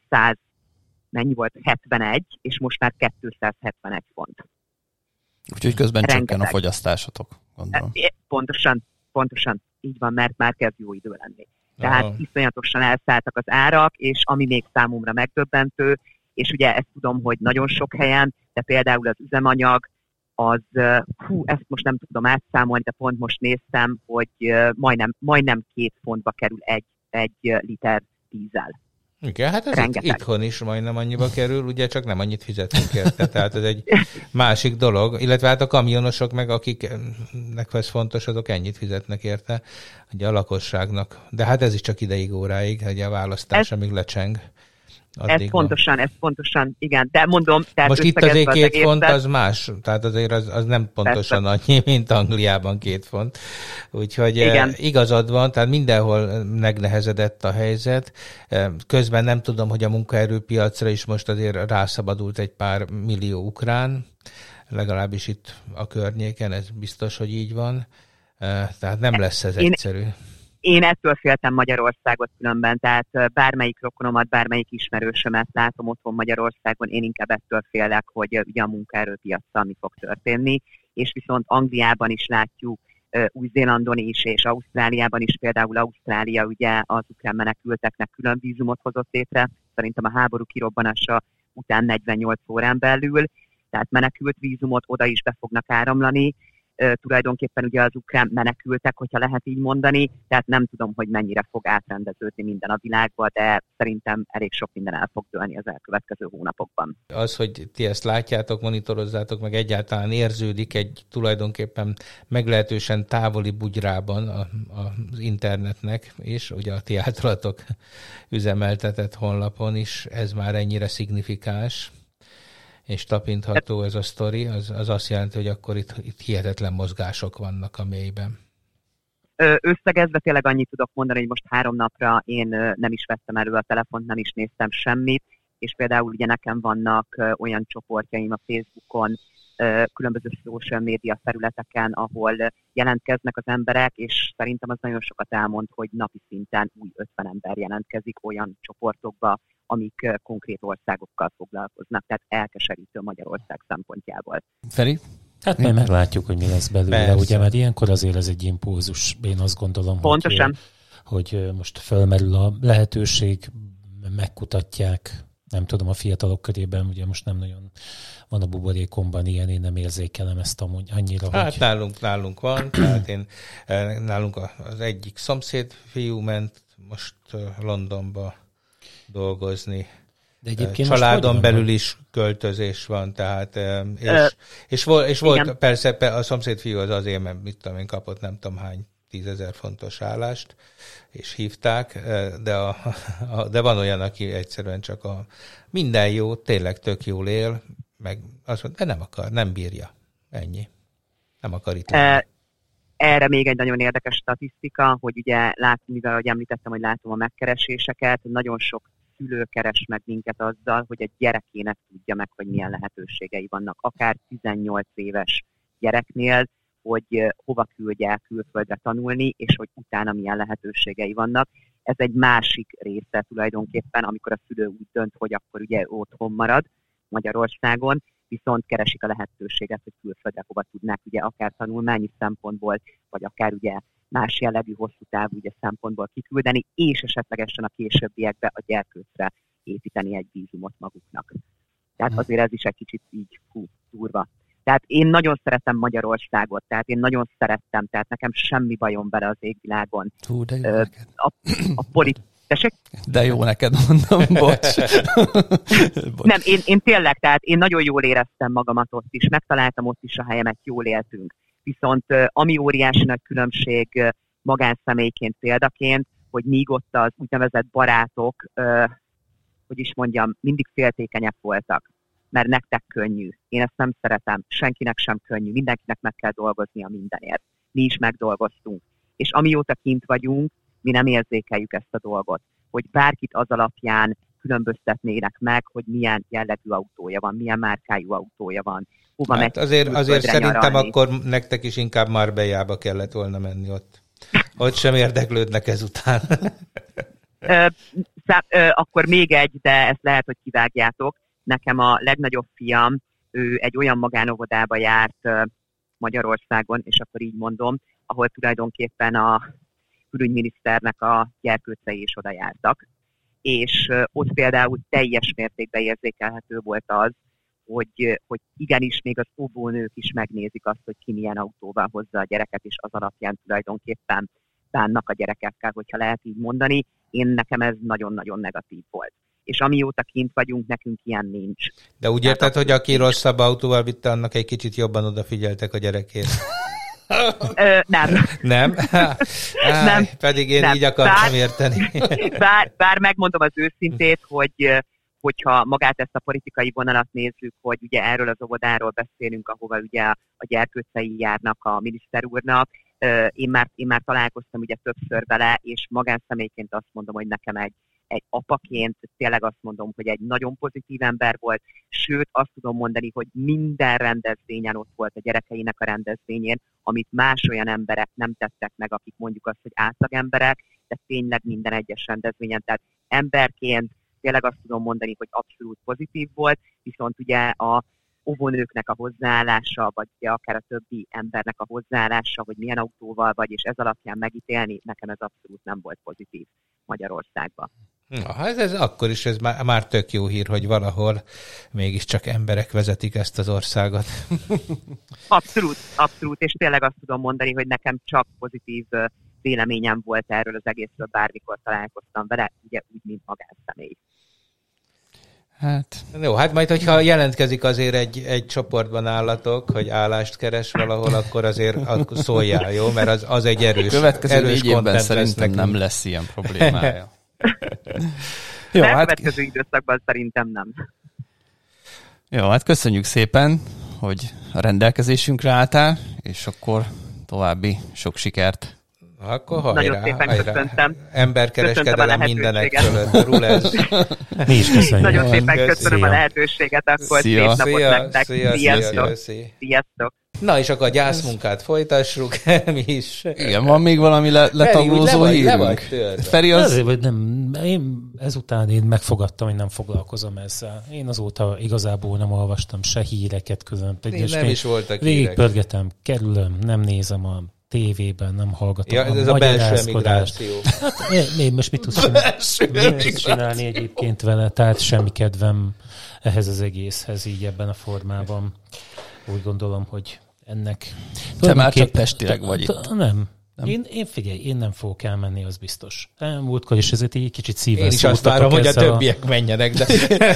[SPEAKER 4] 71, és most már 271 font.
[SPEAKER 3] Úgyhogy közben
[SPEAKER 4] Rengeteg.
[SPEAKER 3] csökken a fogyasztásotok, gondolom.
[SPEAKER 4] Pontosan, így van, mert már kezd jó idő lenni. Tehát iszonyatosan elszálltak az árak, és ami még számomra megdöbbentő, és ugye ezt tudom, hogy nagyon sok helyen, de például az üzemanyag, az, ezt most nem tudom átszámolni, de pont most néztem, hogy majdnem 2 fontba kerül egy liter dízel.
[SPEAKER 2] Igen, hát ez itthon is majdnem annyiba kerül, ugye csak nem annyit fizetünk érte, tehát ez egy másik dolog, illetve hát a kamionosok meg, akiknek ez fontos, azok ennyit fizetnek érte, ugye a lakosságnak. De hát ez is csak ideig, óráig, hogy a választás, amíg lecseng.
[SPEAKER 4] Ez pontosan, igen, de mondom... Tehát
[SPEAKER 2] most itt azért 2 font az más, tehát azért az nem pontosan annyi, mint Angliában 2 font. Úgyhogy igen. Igazad van, tehát mindenhol megnehezedett a helyzet. Közben nem tudom, hogy a munkaerőpiacra is most azért rászabadult egy pár millió ukrán, legalábbis itt a környéken, ez biztos, hogy így van. Tehát nem lesz ez egyszerű.
[SPEAKER 4] Én ettől féltem Magyarországot különben, tehát bármelyik rokonomat, bármelyik ismerősömet látom otthon Magyarországon, én inkább ettől félek, hogy ugye a munkaerőpiacsal mi fog történni, és viszont Angliában is látjuk, Új-Zélandon is, és Ausztráliában is, például Ausztrália ugye az ukrán menekülteknek külön vízumot hozott létre, szerintem a háború kirobbanása után 48 órán belül, tehát menekült vízumot oda is be fognak áramlani, tulajdonképpen ugye az ukrán menekültek, hogyha lehet így mondani, tehát nem tudom, hogy mennyire fog átrendeződni minden a világban, de szerintem elég sok minden el fog dőlni az elkövetkező hónapokban.
[SPEAKER 2] Az, hogy ti ezt látjátok, monitorozzátok, meg egyáltalán érződik egy tulajdonképpen meglehetősen távoli bugyrában az internetnek, és ugye a ti általatok üzemeltetett honlapon is ez már ennyire szignifikáns és tapintható ez a sztori, az azt jelenti, hogy akkor itt hihetetlen mozgások vannak a mélyben.
[SPEAKER 4] Összegezve tényleg annyit tudok mondani, hogy most 3 napra én nem is vettem elő a telefont, nem is néztem semmit, és például ugye nekem vannak olyan csoportjaim a Facebookon, különböző social media felületeken, ahol jelentkeznek az emberek, és szerintem az nagyon sokat elmond, hogy napi szinten új 50 ember jelentkezik olyan csoportokba, amik konkrét országokkal foglalkoznak, tehát elkeserítő Magyarország szempontjából.
[SPEAKER 3] Feri?
[SPEAKER 1] Hát majd meglátjuk, hogy mi lesz belőle, ugye, mert ilyenkor azért ez egy impulzus, én azt gondolom, hogy most felmerül a lehetőség, megkutatják, nem tudom, a fiatalok körében, ugye most nem nagyon van a buborékomban ilyen, én nem érzékelem ezt annyira,
[SPEAKER 2] hát
[SPEAKER 1] hogy...
[SPEAKER 2] nálunk van, tehát nálunk az egyik szomszéd fiú ment most Londonba dolgozni. De egyébként családon belül is költözés van, tehát és volt persze a szomszéd fiú az azért, mert mit tudom én, kapott nem tudom hány 10 000 fontos állást, és hívták, de van olyan, aki egyszerűen csak minden jó, tényleg tök jól él, meg azt mondja, de nem akar, nem bírja. Ennyi. Nem akar itt lenni.
[SPEAKER 4] Erre még egy nagyon érdekes statisztika, hogy ugye mivel ahogy említettem, hogy látom a megkereséseket, nagyon sok szülő keres meg minket azzal, hogy a gyerekének tudja meg, hogy milyen lehetőségei vannak, akár 18 éves gyereknél, hogy hova küldje külföldre tanulni, és hogy utána milyen lehetőségei vannak. Ez egy másik része tulajdonképpen, amikor a szülő úgy dönt, hogy akkor ugye otthon marad Magyarországon, viszont keresik a lehetőséget, hogy külföldre hova tudnák ugye akár tanulmányi szempontból, vagy akár ugye más jellegű hosszú távú ugye szempontból kiküldeni, és esetlegesen a későbbiekbe a gyerkőcre építeni egy vízumot maguknak. Tehát azért ez is egy kicsit így durva. Tehát én nagyon szeretem Magyarországot, tehát én nagyon szerettem, tehát nekem semmi bajom vele az égvilágon.
[SPEAKER 3] Hú, de jó neked.
[SPEAKER 4] Tessék?
[SPEAKER 3] De jó neked, mondom, bocs.
[SPEAKER 4] Nem, én tényleg, tehát én nagyon jól éreztem magamat ott is, megtaláltam ott is a helyemet, jól éltünk. Viszont ami óriási nagy különbség magánszemélyként példaként, hogy míg ott az úgynevezett barátok, hogy is mondjam, mindig féltékenyek voltak. mert nektek könnyű. Én ezt nem szeretem, senkinek sem könnyű, mindenkinek meg kell dolgoznia mindenért. Mi is megdolgoztunk. És amióta kint vagyunk, mi nem érzékeljük ezt a dolgot, hogy bárkit az alapján különböztetnének meg, hogy milyen jellegű autója van, milyen márkájú autója van. Hova
[SPEAKER 2] hát azért szerintem akkor nektek is inkább Marbellába kellett volna menni ott. Ott sem érdeklődnek ezután.
[SPEAKER 4] Akkor még egy, de ezt lehet, hogy kivágjátok. Nekem a legnagyobb fiam, ő egy olyan magánóvodába járt Magyarországon, és akkor így mondom, ahol tulajdonképpen a külügyminiszternek a gyerkőcei is oda jártak. És ott például teljes mértékben érzékelhető volt az, hogy igenis még az óvónők is megnézik azt, hogy ki milyen autóval hozza a gyereket, és az alapján tulajdonképpen bánnak a gyerekekkel, hogyha lehet így mondani. Nekem ez nagyon-nagyon negatív volt. És amióta kint vagyunk, nekünk ilyen nincs.
[SPEAKER 2] De úgy érted, hogy aki rosszabb autóval vitte, annak egy kicsit jobban odafigyeltek a gyerekét?
[SPEAKER 4] Nem.
[SPEAKER 2] Nem? Nem. Pedig én így akartam érteni.
[SPEAKER 4] Bár megmondom az őszintét, hogyha magát ezt a politikai vonalat nézzük, hogy ugye erről az óvodáról beszélünk, ahova ugye a gyerkőcei járnak a miniszter úrnak. Én már találkoztam ugye többször vele, és magánszemélyként azt mondom, hogy nekem egy apaként tényleg azt mondom, hogy egy nagyon pozitív ember volt, sőt azt tudom mondani, hogy minden rendezvényen ott volt a gyerekeinek a rendezvényén, amit más olyan emberek nem tettek meg, akik mondjuk azt, hogy átlagemberek, de tényleg minden egyes rendezvényen. Tehát emberként tényleg azt tudom mondani, hogy abszolút pozitív volt, viszont ugye a óvónőknek a hozzáállása, vagy ugye akár a többi embernek a hozzáállása, hogy milyen autóval vagy, és ez alapján megítélni, nekem ez abszolút nem volt pozitív Magyarországban.
[SPEAKER 2] Ez akkor is ez már tök jó hír, hogy valahol mégiscsak emberek vezetik ezt az országot.
[SPEAKER 4] Abszolút, és tényleg azt tudom mondani, hogy nekem csak pozitív véleményem volt erről az egészről, bármikor találkoztam vele, ugye úgy, mint magánszemély.
[SPEAKER 2] Hát. Jó, hát majd, hogyha jelentkezik azért egy csoportban állatok, hogy állást keres valahol, akkor azért akkor szóljál, jó? Mert az egy erős
[SPEAKER 3] következő 4 évben szerintem
[SPEAKER 2] nekünk.
[SPEAKER 3] nem lesz ilyen problémája.
[SPEAKER 4] Jó, következő időszakban szerintem nem.
[SPEAKER 3] Jó, hát köszönjük szépen, hogy a rendelkezésünkre álltál, és akkor további sok sikert.
[SPEAKER 2] Akkor hajrá,
[SPEAKER 4] nagyon szépen köszöntem.
[SPEAKER 2] Emberkereskedelem mindenek fölött. Rulez.
[SPEAKER 1] Mi is köszönjük.
[SPEAKER 4] Nagyon szépen köszönöm a lehetőséget, akkor szép napot nektek.
[SPEAKER 2] Sziasztok. Na, és akkor a gyászmunkát folytassuk, mi is.
[SPEAKER 3] Igen, van még valami letaglózó hírünk?
[SPEAKER 1] Feri az... Azért, hogy nem, ezután én megfogadtam, hogy nem foglalkozom ezzel. Én azóta igazából nem olvastam se híreket közön.
[SPEAKER 2] Nem is voltak hírek.
[SPEAKER 1] Végigpörgetem, kerülöm, nem nézem a tévében, nem hallgatom.
[SPEAKER 2] Ja, ez a belső emigráció.
[SPEAKER 1] Hát én most mit tudsz csinálni egyébként vele, tehát semmi kedvem ehhez az egészhez így ebben a formában. Úgy gondolom, hogy ennek...
[SPEAKER 3] Te már csak testileg vagy itt.
[SPEAKER 1] Nem. Én figyelj, én nem fogok elmenni, az biztos. Múltkor is ezért egy kicsit szívvel
[SPEAKER 2] én is azt várom, hogy a többiek menjenek, de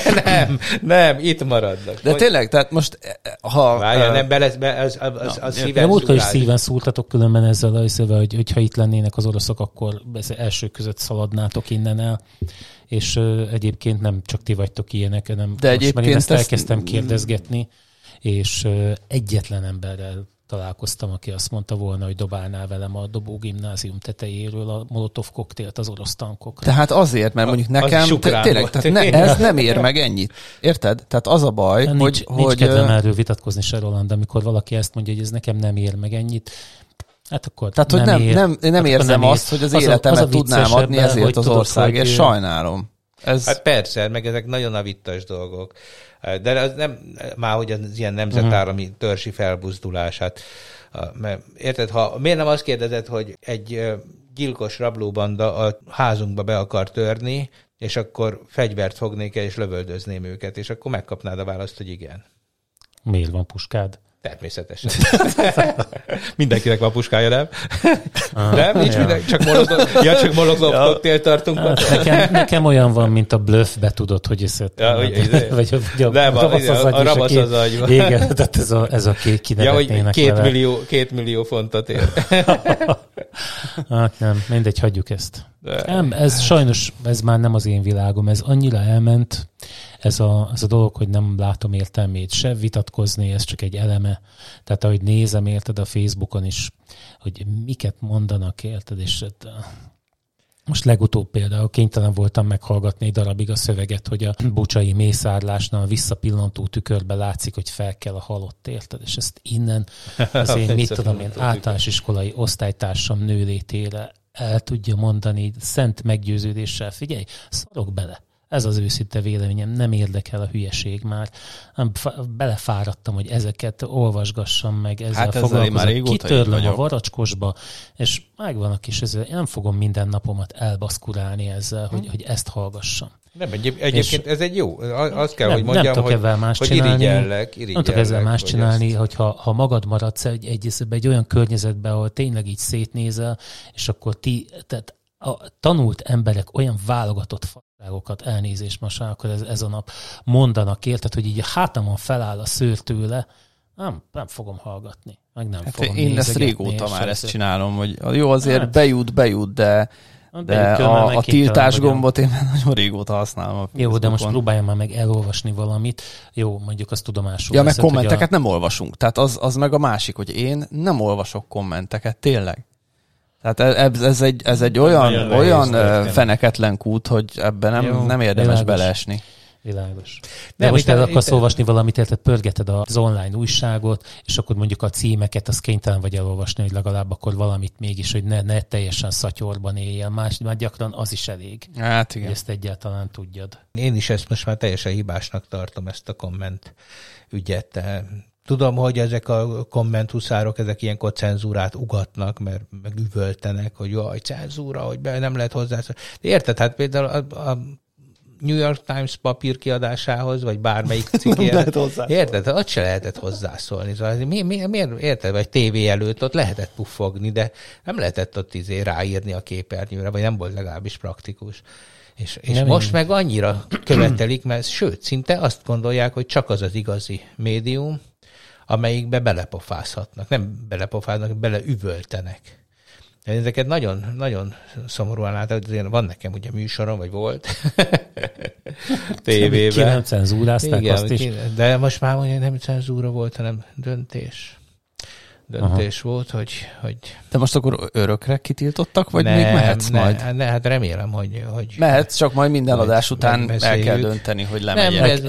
[SPEAKER 2] nem, itt maradnak.
[SPEAKER 3] De tényleg, tehát most, ha...
[SPEAKER 2] Várjál, nem, az szíven
[SPEAKER 1] múltkor is szíven szúrtatok különben ezzel a részével, hogy ha itt lennének az oroszok, akkor első között szaladnátok innen el. És egyébként nem csak ti vagytok ilyenek, hanem
[SPEAKER 3] de most már én
[SPEAKER 1] ezt elkezdtem kérdezgetni, és egyetlen emberrel találkoztam, aki azt mondta volna, hogy dobálná velem a Dobó gimnázium tetejéről a Molotov koktélt az orosz tankokra.
[SPEAKER 3] Tehát azért, mert mondjuk nekem tényleg, ez nem ér meg ennyit. Érted? Tehát az a baj,
[SPEAKER 1] nincs kedvem erről vitatkozni se, Roland, amikor valaki ezt mondja, hogy ez nekem nem ér meg ennyit. Hát akkor
[SPEAKER 3] tehát, hogy nem érzem azt, hogy az életemet tudnám adni ezért az országért. Sajnálom.
[SPEAKER 2] Hát persze, meg ezek nagyon avittas dolgok. De az nem, már hogy az ilyen nemzetállami törzsi felbuzdulását. Érted, miért nem azt kérdezed, hogy egy gyilkos rablóbanda a házunkba be akar törni, és akkor fegyvert fognék el, és lövöldözném őket, és akkor megkapnád a választ, hogy igen.
[SPEAKER 1] Miért van puskád?
[SPEAKER 2] Természetesen. Mindenkinek van puskája, nem? Nem? Nincs mindenki? Csak molotov koktélt tartunk.
[SPEAKER 1] Hát nekem olyan van, mint a Bluffbe, tudod, hogy vagy
[SPEAKER 2] a ravasz az agy.
[SPEAKER 1] Igen, tehát ez a kék kinevetnének
[SPEAKER 2] vele. 2 millió fontot ér.
[SPEAKER 1] Hát nem, mindegy, hagyjuk ezt. Nem, ez sajnos, ez már nem az én világom, ez annyira elment, ez a dolog, hogy nem látom értelmét se vitatkozni, ez csak egy eleme. Tehát ahogy nézem, érted, a Facebookon is, hogy miket mondanak, érted, és most legutóbb például kénytelen voltam meghallgatni egy darabig a szöveget, hogy a bucsai mészárlásnál visszapillantó tükörbe látszik, hogy fel kell a halott, érted? És ezt innen az én, mit tudom én, általános iskolai osztálytársam nőlétére el tudja mondani szent meggyőződéssel, figyelj, szarok bele. Ez az őszinte véleményem, nem érdekel a hülyeség már. Belefáradtam, hogy ezeket olvasgassam meg, ezzel foglalkozom, kitörlöm a varacskosba, és megvan a kis ezzel. Én nem fogom minden napomat elbaszkurálni ezzel, hogy ezt hallgassam.
[SPEAKER 2] Nem, egyébként ez egy jó. Azt kell, hogy mondjam,
[SPEAKER 1] hogy
[SPEAKER 2] irigyellek.
[SPEAKER 1] Nem tudok ezzel más csinálni, hogyha magad maradsz egy olyan környezetben, ahol tényleg így szétnézel, és akkor tehát a tanult emberek olyan válogatott fasságokat, elnézést most már, akkor ez a nap mondanak, érted, hogy így a hátamon feláll a szőr tőle, nem fogom hallgatni, meg nem fogom
[SPEAKER 3] én ezt régóta már ezt csinálom, hogy jó, azért bejut, de a tiltás gombot én nagyon régóta használom.
[SPEAKER 1] Jó, de most próbáljam már meg elolvasni valamit. Jó, mondjuk azt tudomásul.
[SPEAKER 3] Ja, meg kommenteket nem olvasunk. Tehát az meg a másik, hogy én nem olvasok kommenteket, tényleg. Tehát ez egy olyan feneketlen kút, hogy ebben nem érdemes beleesni.
[SPEAKER 1] Világos. De most el akarsz olvasni valamit, tehát pörgeted az online újságot, és akkor mondjuk a címeket, az kénytelen vagy elolvasni, hogy legalább akkor valamit mégis, hogy ne teljesen szatyorban éljél. Már gyakran az is elég.
[SPEAKER 3] Hát igen.
[SPEAKER 1] Hogy ezt egyáltalán tudjad.
[SPEAKER 2] Én is ezt most már teljesen hibásnak tartom, ezt a komment ügyet. Tudom, hogy ezek a kommenthuszárok, ezek ilyenkor cenzúrát ugatnak, mert meg üvöltenek, hogy jaj, cenzúra, hogy nem lehet hozzászólni. De érted, hát például a New York Times papírkiadásához, vagy bármelyik cikkéhez, érted, ott se lehetett hozzászólni. Szóval miért érted, vagy tévé előtt ott lehetett puffogni, de nem lehetett ott ráírni a képernyőre, vagy nem volt legalábbis praktikus. És most meg annyira követelik, mert sőt, szinte azt gondolják, hogy csak az az igazi médium, amelyikbe belepofázhatnak. Nem belepofáznak, beleüvöltenek. Ezeket nagyon, nagyon szomorúan látod, van nekem ugye műsorom, vagy volt tévében.
[SPEAKER 1] Ki nem cenzúrázták azt is.
[SPEAKER 2] De most már mondja, nem cenzúra volt, hanem döntés volt, hogy...
[SPEAKER 3] De most akkor örökre kitiltottak, vagy még mehetsz majd?
[SPEAKER 2] Hát remélem, hogy...
[SPEAKER 3] Mehetsz, csak majd minden adás után el kell dönteni, hogy lemegyek.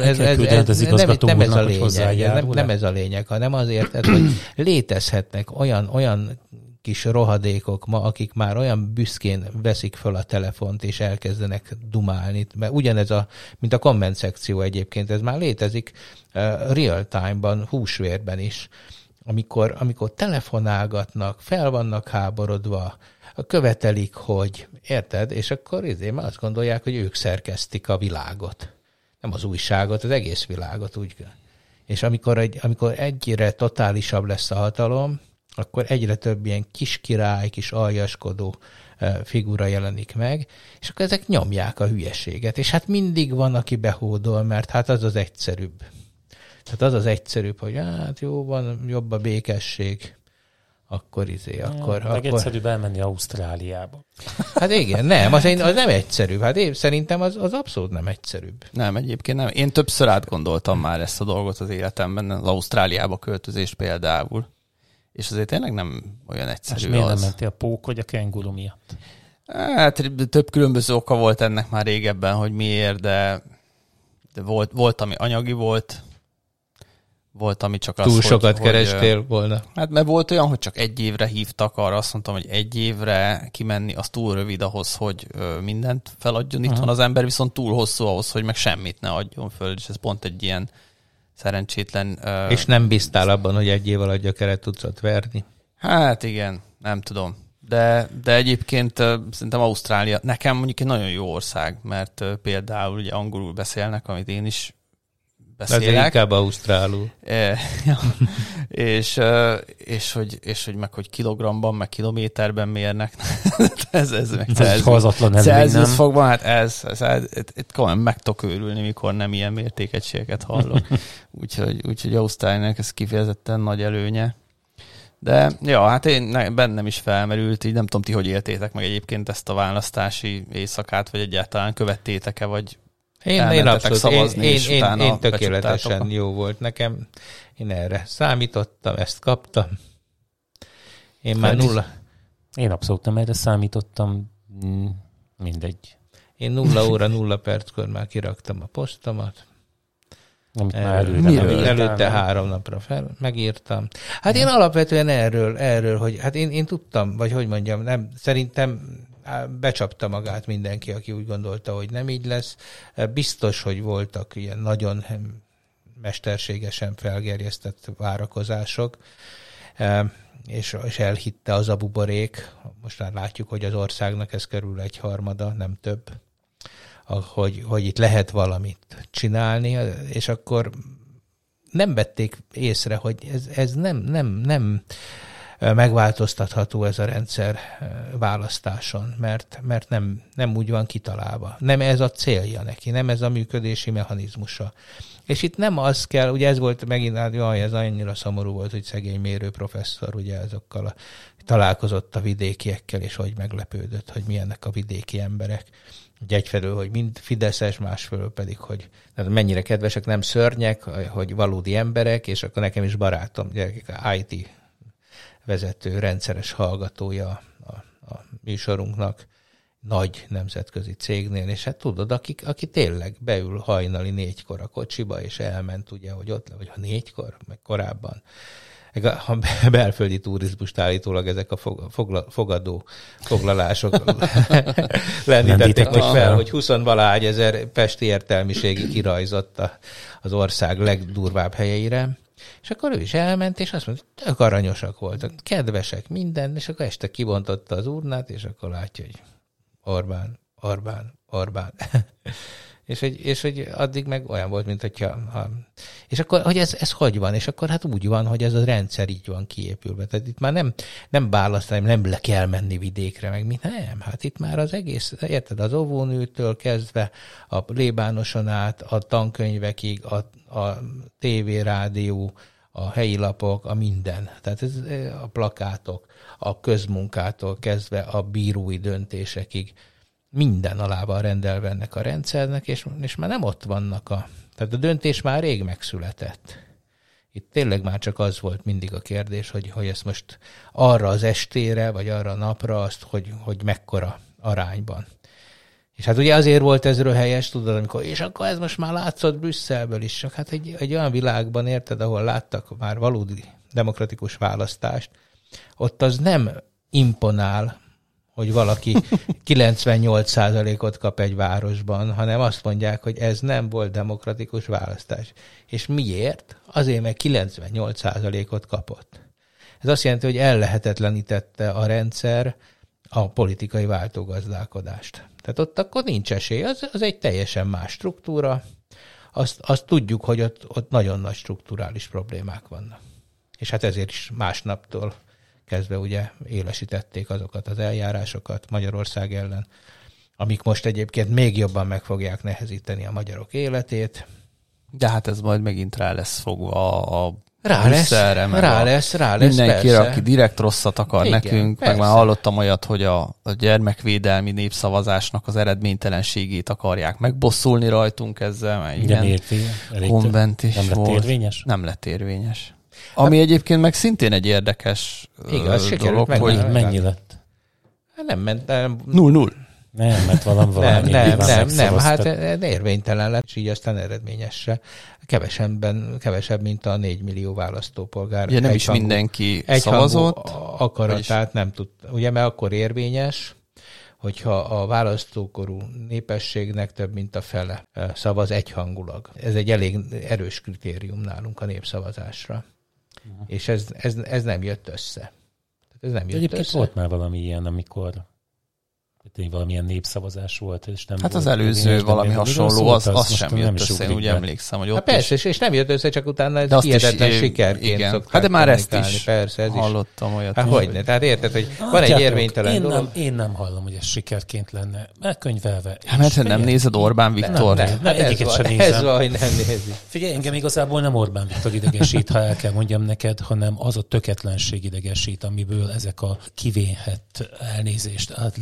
[SPEAKER 2] Nem ez a lényeg, hanem azért, hogy létezhetnek olyan kis rohadékok ma, akik már olyan büszkén veszik föl a telefont, és elkezdenek dumálni. Mert ugyanez mint a komment szekció egyébként, ez már létezik real time-ban, húsvérben is. Amikor telefonálgatnak, fel vannak háborodva, követelik, hogy érted, és akkor már azt gondolják, hogy ők szerkesztik a világot. Nem az újságot, az egész világot úgy. És amikor egyre totálisabb lesz a hatalom, akkor egyre több ilyen kis király, kis aljaskodó figura jelenik meg, és akkor ezek nyomják a hülyeséget. És hát mindig van, aki behódol, mert hát az az egyszerűbb. Tehát az az egyszerűbb, hogy hát jó, van jobb a békesség, akkor akkor...
[SPEAKER 1] egyszerűbb elmenni Ausztráliába.
[SPEAKER 2] Hát igen, nem, az nem egyszerűbb. Hát én szerintem az abszolút nem egyszerűbb.
[SPEAKER 3] Nem, egyébként nem. Én többször átgondoltam már ezt a dolgot az életemben, az Ausztráliába költözést például. És azért tényleg nem olyan egyszerű.
[SPEAKER 1] És miért nem mentél a pók vagy a kenguru miatt?
[SPEAKER 3] Hát több különböző oka volt ennek már régebben, hogy miért, de volt, ami anyagi volt, ami csak az,
[SPEAKER 2] túl sokat kerestél volna.
[SPEAKER 3] Hát mert volt olyan, hogy csak 1 évre hívtak, arra azt mondtam, hogy 1 évre kimenni, az túl rövid ahhoz, hogy mindent feladjon itthon az ember, viszont túl hosszú ahhoz, hogy meg semmit ne adjon föl, és ez pont egy ilyen szerencsétlen...
[SPEAKER 2] És nem bíztál abban, hogy 1 év alatt gyökeret tudsz ott verni?
[SPEAKER 3] Hát igen, nem tudom. De egyébként szerintem Ausztrália nekem mondjuk egy nagyon jó ország, mert például ugye angolul beszélnek, amit én is beszélek.
[SPEAKER 2] Azért inkább ausztrálul.
[SPEAKER 3] és hogy kilogramban, meg kilométerben mérnek. ez meg Celsius fokban, hát ez meg tudok őrülni, mikor nem ilyen mértékegységeket hallok. úgyhogy Ausztráliának ez kifejezetten nagy előnye. De ja, hát bennem is felmerült, így nem tudom ti, hogy éltétek meg egyébként ezt a választási éjszakát, vagy egyáltalán követtétek-e, vagy
[SPEAKER 2] Én abszolút,
[SPEAKER 3] szavazni, és utána
[SPEAKER 2] én tökéletesen
[SPEAKER 3] becsuktátok.
[SPEAKER 2] jó volt nekem. Én erre számítottam, ezt kaptam. Én már nulla.
[SPEAKER 1] Én abszolút nem erre számítottam. Mindegy.
[SPEAKER 2] Én 0 óra 0 perckor már kiraktam a posztomat.
[SPEAKER 1] Amit már
[SPEAKER 2] Előtte 3 napra megírtam. Hát én alapvetően erről, hogy hát én tudtam, vagy hogy mondjam, nem, szerintem becsapta magát mindenki, aki úgy gondolta, hogy nem így lesz. Biztos, hogy voltak ilyen nagyon mesterségesen felgerjesztett várakozások, és elhitte az a buborék. Most már látjuk, hogy az országnak ez körül 1/3, nem több, hogy itt lehet valamit csinálni, és akkor nem vették észre, hogy ez nem megváltoztatható ez a rendszer választáson, mert nem úgy van kitalálva. Nem ez a célja neki, nem ez a működési mechanizmusa. És itt nem az kell, ugye ez volt megint, ez annyira szomorú volt, hogy szegény mérő professzor ugye azokkal találkozott a vidékiekkel, és hogy meglepődött, hogy milyennek a vidéki emberek. Ugye egyfelől, hogy mind fideszes, másfelől pedig, hogy mennyire kedvesek, nem szörnyek, hogy valódi emberek, és akkor nekem is barátom, ugye IT vezető, rendszeres hallgatója a műsorunknak, nagy nemzetközi cégnél, és hát tudod, aki tényleg beül hajnali 4-kor a kocsiba, és elment, ugye, hogy ott, vagy ha 4-kor, meg korábban. A belföldi turizmust állítólag ezek a fogadó foglalások lendítették most fel, hogy 20-valahány ezer pesti értelmiségi kirajzott az ország legdurvább helyeire. És akkor ő is elment, és azt mondta, hogy tök aranyosak voltak, kedvesek, minden, és akkor este kibontotta az urnát, és akkor látja, hogy Orbán. és hogy addig meg olyan volt, mint hogyha... És akkor, hogy ez hogy van? És akkor hát úgy van, hogy ez a rendszer így van kiépülve. Tehát itt már nem választani, nem le kell menni vidékre, meg mit. Nem, hát itt már az egész, érted, az óvónőtől kezdve a plébánoson át, a tankönyvekig, a tévé, rádió, a helyi lapok, a minden. Tehát ez a plakátok, a közmunkától kezdve a bírói döntésekig minden alá van rendelve ennek a rendszernek, és már nem ott vannak tehát a döntés már rég megszületett. Itt tényleg már csak az volt mindig a kérdés, hogy ezt most arra az estére, vagy arra a napra azt, hogy mekkora arányban. És hát ugye azért volt ez röhelyes, tudod, amikor, és akkor ez most már látszott Brüsszelből is, csak hát egy olyan világban, érted, ahol láttak már valódi demokratikus választást, ott az nem imponál, hogy valaki 98%-ot kap egy városban, hanem azt mondják, hogy ez nem volt demokratikus választás. És miért? Azért, mert 98%-ot kapott. Ez azt jelenti, hogy ellehetetlenítette a rendszer a politikai váltógazdálkodást. Tehát ott akkor nincs esély, az egy teljesen más struktúra. Azt tudjuk, hogy ott nagyon nagy strukturális problémák vannak. És hát ezért is másnaptól kezdve ugye élesítették azokat az eljárásokat Magyarország ellen, amik most egyébként még jobban meg fogják nehezíteni a magyarok életét.
[SPEAKER 3] De hát ez majd megint rá lesz fogva a
[SPEAKER 2] Rá lesz,
[SPEAKER 3] mindenkire,
[SPEAKER 2] persze.
[SPEAKER 3] aki direkt rosszat akar. Igen, nekünk, persze. Meg már hallottam olyat, hogy a gyermekvédelmi népszavazásnak az eredménytelenségét akarják megbosszulni rajtunk ezzel, mert igen, konvent is
[SPEAKER 1] nem lett érvényes?
[SPEAKER 3] Nem lett érvényes. Ami egyébként meg szintén egy érdekes dolog, hogy
[SPEAKER 1] mennyi lett?
[SPEAKER 2] Nem ment.
[SPEAKER 3] 0-0.
[SPEAKER 1] Nem, mert valami
[SPEAKER 2] nem, hát érvénytelen lett, és így aztán eredményesre. Kevesebb, mint a 4 millió választópolgár.
[SPEAKER 3] Ugye nem is mindenki szavazott.
[SPEAKER 2] Akaratát nem tud, ugye, mert akkor érvényes, hogyha a választókorú népességnek több mint a fele szavaz egyhangulag. Ez egy elég erős kritérium nálunk a népszavazásra. És ez nem jött össze. Ez nem jött
[SPEAKER 1] egyébként
[SPEAKER 2] össze.
[SPEAKER 1] volt már valami ilyen, amikor valamilyen népszavazás volt, és nem
[SPEAKER 3] hát
[SPEAKER 1] volt
[SPEAKER 3] az előző valami hasonló, az sem jött össze, én úgy emlékszem, hogy ott
[SPEAKER 2] hát persze, és nem jött össze, csak utána ez hihetetlen sikerként szokták.
[SPEAKER 3] Hát de már ezt is
[SPEAKER 2] persze, ez
[SPEAKER 3] hallottam olyat.
[SPEAKER 2] Hát hogyne, tehát érted, hogy van egy érvénytelen dolog.
[SPEAKER 1] Én nem hallom, hogy ez sikerként lenne. Megkönyvelve.
[SPEAKER 3] Hát mert nem nézed Orbán Viktor?
[SPEAKER 1] Nem, egyiket sem nézem.
[SPEAKER 2] Ez van, hogy nem nézi.
[SPEAKER 1] Figyelj, engem igazából nem Orbán Viktor idegesít, ha el kell mondjam neked, hanem az a töketlenség idegesít, amiből ezek a kivénhet elnézést,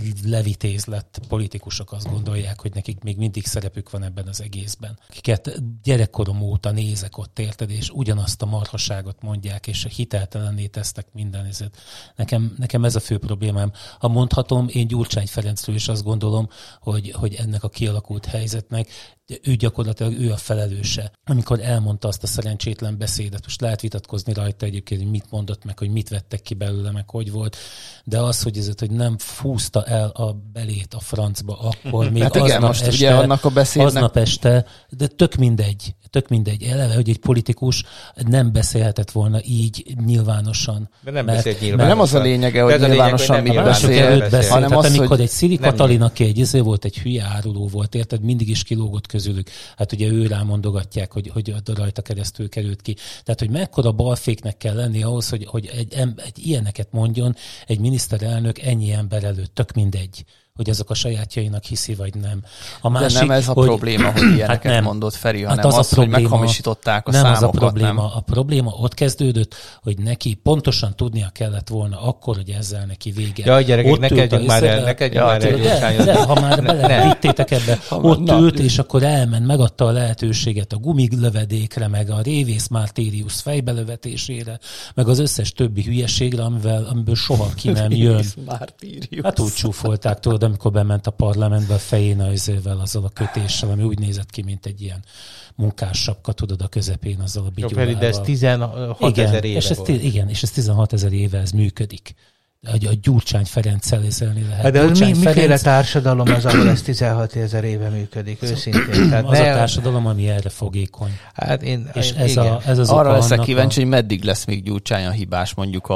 [SPEAKER 1] elvitézlett politikusok azt gondolják, hogy nekik még mindig szerepük van ebben az egészben. Akiket gyerekkorom óta nézek ott, érted, és ugyanazt a marhaságot mondják, és hiteltelenné tesznek minden. Nekem ez a fő problémám. Ha mondhatom, én Gyurcsány Ferencről is azt gondolom, hogy ennek a kialakult helyzetnek ő gyakorlatilag ő a felelőse. Amikor elmondta azt a szerencsétlen beszédet, most lehet vitatkozni rajta egyébként, hogy mit mondott meg, hogy mit vettek ki belőle, meg hogy volt, de az, hogy nem fúzta el a belét a francba, akkor még
[SPEAKER 3] hát igen, most este, ugye annak a beszédnek...
[SPEAKER 1] aznap este, de tök mindegy. Eleve, hogy egy politikus nem beszélhetett volna így nyilvánosan.
[SPEAKER 2] De nem beszélt nyilvánosan.
[SPEAKER 3] Nem az a lényege, hogy nyilvánosan mit beszél,
[SPEAKER 1] hanem az, amikor hogy egy Szili Katalin, aki egy volt, egy hülye áruló volt, érted, mindig is kilógott közülük. Hát ugye ő rámondogatják, hogy rajta keresztül került ki. Tehát, hogy mekkora balféknek kell lenni ahhoz, hogy egy ilyeneket mondjon egy miniszterelnök ennyi ember előtt, tök mindegy, hogy azok a sajátjainak hiszi, vagy nem. A másik,
[SPEAKER 3] de nem ez a probléma, hogy ilyeneket hát mondott Feri, hanem az, hogy meghamisították a számokat.
[SPEAKER 1] Nem az a probléma. A probléma ott kezdődött, hogy neki pontosan tudnia kellett volna akkor, hogy ezzel neki vége.
[SPEAKER 2] Jaj, gyerekek, ne kezdjünk már el.
[SPEAKER 1] De ha már belevittétek ebbe, ott ült, és akkor elment, megadta a lehetőséget a gumilövedékre, meg a Révész Mártírius fejbelövetésére, meg az összes többi hülyeségre, amiből soha ki nem jön. Hát úgy csúfolták, tudod, amikor bement a parlamentbe a fején azzal a kötéssel, ami úgy nézett ki, mint egy ilyen munkássapka, tudod, a közepén azzal a bigyulával.
[SPEAKER 2] De ez 16 000 éve volt.
[SPEAKER 1] Igen, és ez 16 000 éve ez működik. A Gyurcsány Ferenc szelészelni lehet.
[SPEAKER 2] De miféle társadalom az, ahol ez 16 000 éve működik, őszintén? Tehát
[SPEAKER 1] az a társadalom, ami erre fogékony.
[SPEAKER 2] Hát
[SPEAKER 1] és ez az
[SPEAKER 3] arra leszek kíváncsi, hogy meddig lesz még Gyurcsány a hibás, mondjuk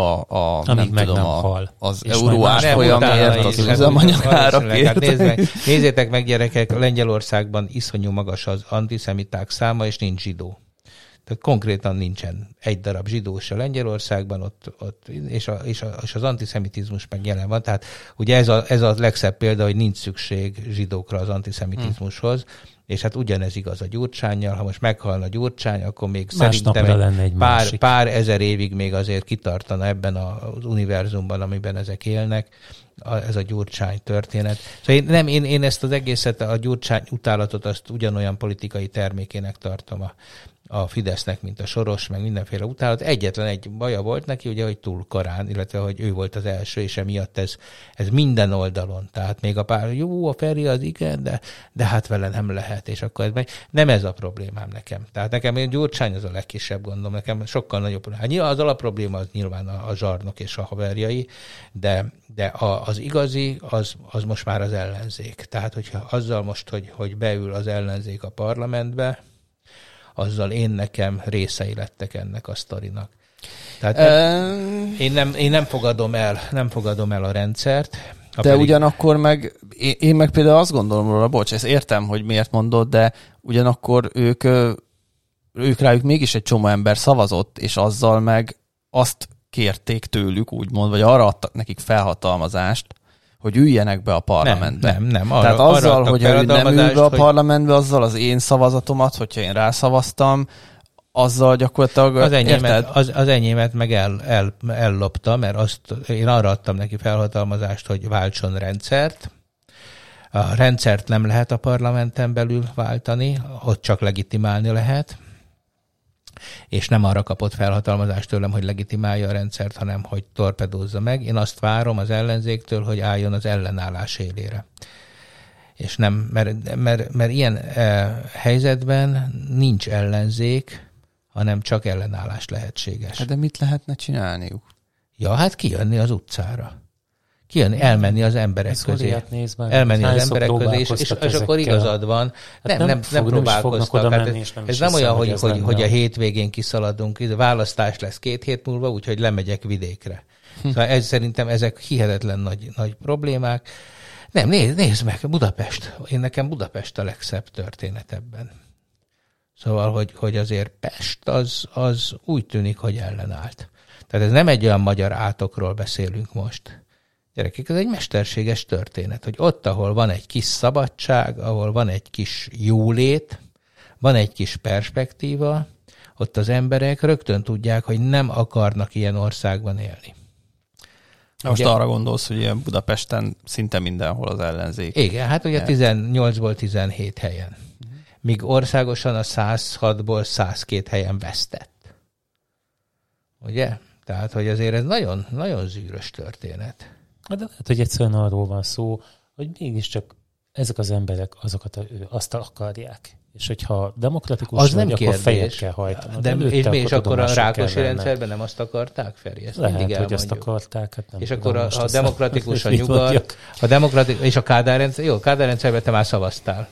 [SPEAKER 3] az euró árfolyamért, az üzemanyagárakért.
[SPEAKER 2] Nézzétek meg, gyerekek, Lengyelországban iszonyú magas az antiszemiták száma, és nincs zsidó. Tehát konkrétan nincsen egy darab zsidó se Lengyelországban, ott és az antiszemitizmus meg jelen van. Tehát ugye ez a legszebb példa, hogy nincs szükség zsidókra az antiszemitizmushoz, és hát ugyanez igaz a Gyurcsánnyal. Ha most meghalna Gyurcsány, akkor még szerintem pár ezer évig még azért kitartana ebben az univerzumban, amiben ezek élnek, ez a Gyurcsány történet. Szóval én ezt az egészet, a Gyurcsány utálatot, azt ugyanolyan politikai termékének tartom a Fidesznek, mint a Soros, meg mindenféle utálat. Egyetlen egy baja volt neki, ugye, hogy túl korán, illetve, hogy ő volt az első, és emiatt ez minden oldalon. Tehát még a jó, a Feri az igen, de hát vele nem lehet, és akkor nem ez a problémám nekem. Tehát nekem a Gyurcsány az a legkisebb gondom, nekem sokkal nagyobb probléma. Az alapprobléma az nyilván a zsarnok és a haverjai, de az igazi, az most már az ellenzék. Tehát, hogyha azzal most, hogy beül az ellenzék a parlamentbe, azzal nekem részei lettek ennek a sztorinak. Tehát én nem fogadom el a rendszert.
[SPEAKER 3] Ugyanakkor meg, én meg például azt gondolom róla, bocs, ezt értem, hogy miért mondod, de ugyanakkor ők rájuk mégis egy csomó ember szavazott, és azzal meg azt kérték tőlük, úgymond, vagy arra adtak nekik felhatalmazást, hogy üljenek be a parlamentbe.
[SPEAKER 2] Nem.
[SPEAKER 3] Tehát azzal, hogy ő nem ül be a parlamentbe, azzal az én szavazatomat, hogyha én rászavaztam, azzal gyakorlatilag...
[SPEAKER 2] Az enyémet meg ellopta, mert én arra adtam neki felhatalmazást, hogy váltson rendszert. A rendszert nem lehet a parlamenten belül váltani, ott csak legitimálni lehet. És nem arra kapott felhatalmazást tőlem, hogy legitimálja a rendszert, hanem hogy torpedózza meg. Én azt várom az ellenzéktől, hogy álljon az ellenállás élére. És nem, mert ilyen helyzetben nincs ellenzék, hanem csak ellenállás lehetséges.
[SPEAKER 3] De mit lehetne csinálniuk?
[SPEAKER 2] Ja, hát kijönni az utcára. Elmenni az emberek közé. Elmenni az emberek közé, és akkor igazad van. Hát nem próbálkoztak. Ez nem olyan, hogy a hétvégén kiszaladunk, választás lesz 2 hét múlva, úgyhogy lemegyek vidékre. Szóval szerintem ezek hihetetlen nagy problémák. Nem, nézd meg, Budapest. Nekem Budapest a legszebb történet ebben. Szóval, hogy azért Pest az úgy tűnik, hogy ellenállt. Tehát ez nem egy olyan magyar átokról beszélünk most. Gyerekek, ez egy mesterséges történet, hogy ott, ahol van egy kis szabadság, ahol van egy kis jólét, van egy kis perspektíva, ott az emberek rögtön tudják, hogy nem akarnak ilyen országban élni.
[SPEAKER 3] Most
[SPEAKER 2] ugye,
[SPEAKER 3] arra gondolsz, hogy ilyen Budapesten szinte mindenhol az ellenzék.
[SPEAKER 2] Igen, hát ugye 18-ból 17 helyen. Míg országosan a 106-ból 102 helyen vesztett. Ugye? Tehát, hogy azért ez nagyon, nagyon zűrös történet.
[SPEAKER 1] De lehet, hogy egyszerűen arról van szó, hogy mégiscsak ezek az emberek azt akarják. És hogyha demokratikus
[SPEAKER 2] az
[SPEAKER 1] vagy,
[SPEAKER 2] nem
[SPEAKER 1] akkor
[SPEAKER 2] kérdés.
[SPEAKER 1] fejet kell hajtani.
[SPEAKER 2] De és akkor a Rákosi rendszerben nem azt akarták, Feri? Ezt
[SPEAKER 1] lehet,
[SPEAKER 2] mindig
[SPEAKER 1] hogy
[SPEAKER 2] elmondjuk.
[SPEAKER 1] azt akarták. Hát nem
[SPEAKER 2] és
[SPEAKER 1] tudom,
[SPEAKER 2] akkor a demokratikus, a nyugat, és a Kádár rendszer, jó, Kádár rendszerben te már szavaztál.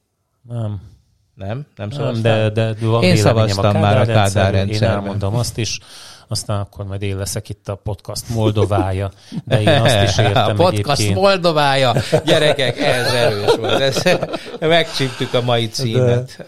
[SPEAKER 2] Nem szavaztál?
[SPEAKER 1] De van
[SPEAKER 2] én szavaztam már a Kádár rendszerben.
[SPEAKER 1] Én elmondom azt is, aztán akkor majd én leszek itt a podcast Moldovája, de én azt is értem
[SPEAKER 2] a podcast
[SPEAKER 1] egyébként.
[SPEAKER 2] Moldovája, gyerekek, ez erős volt. Megcsíptük a mai címet.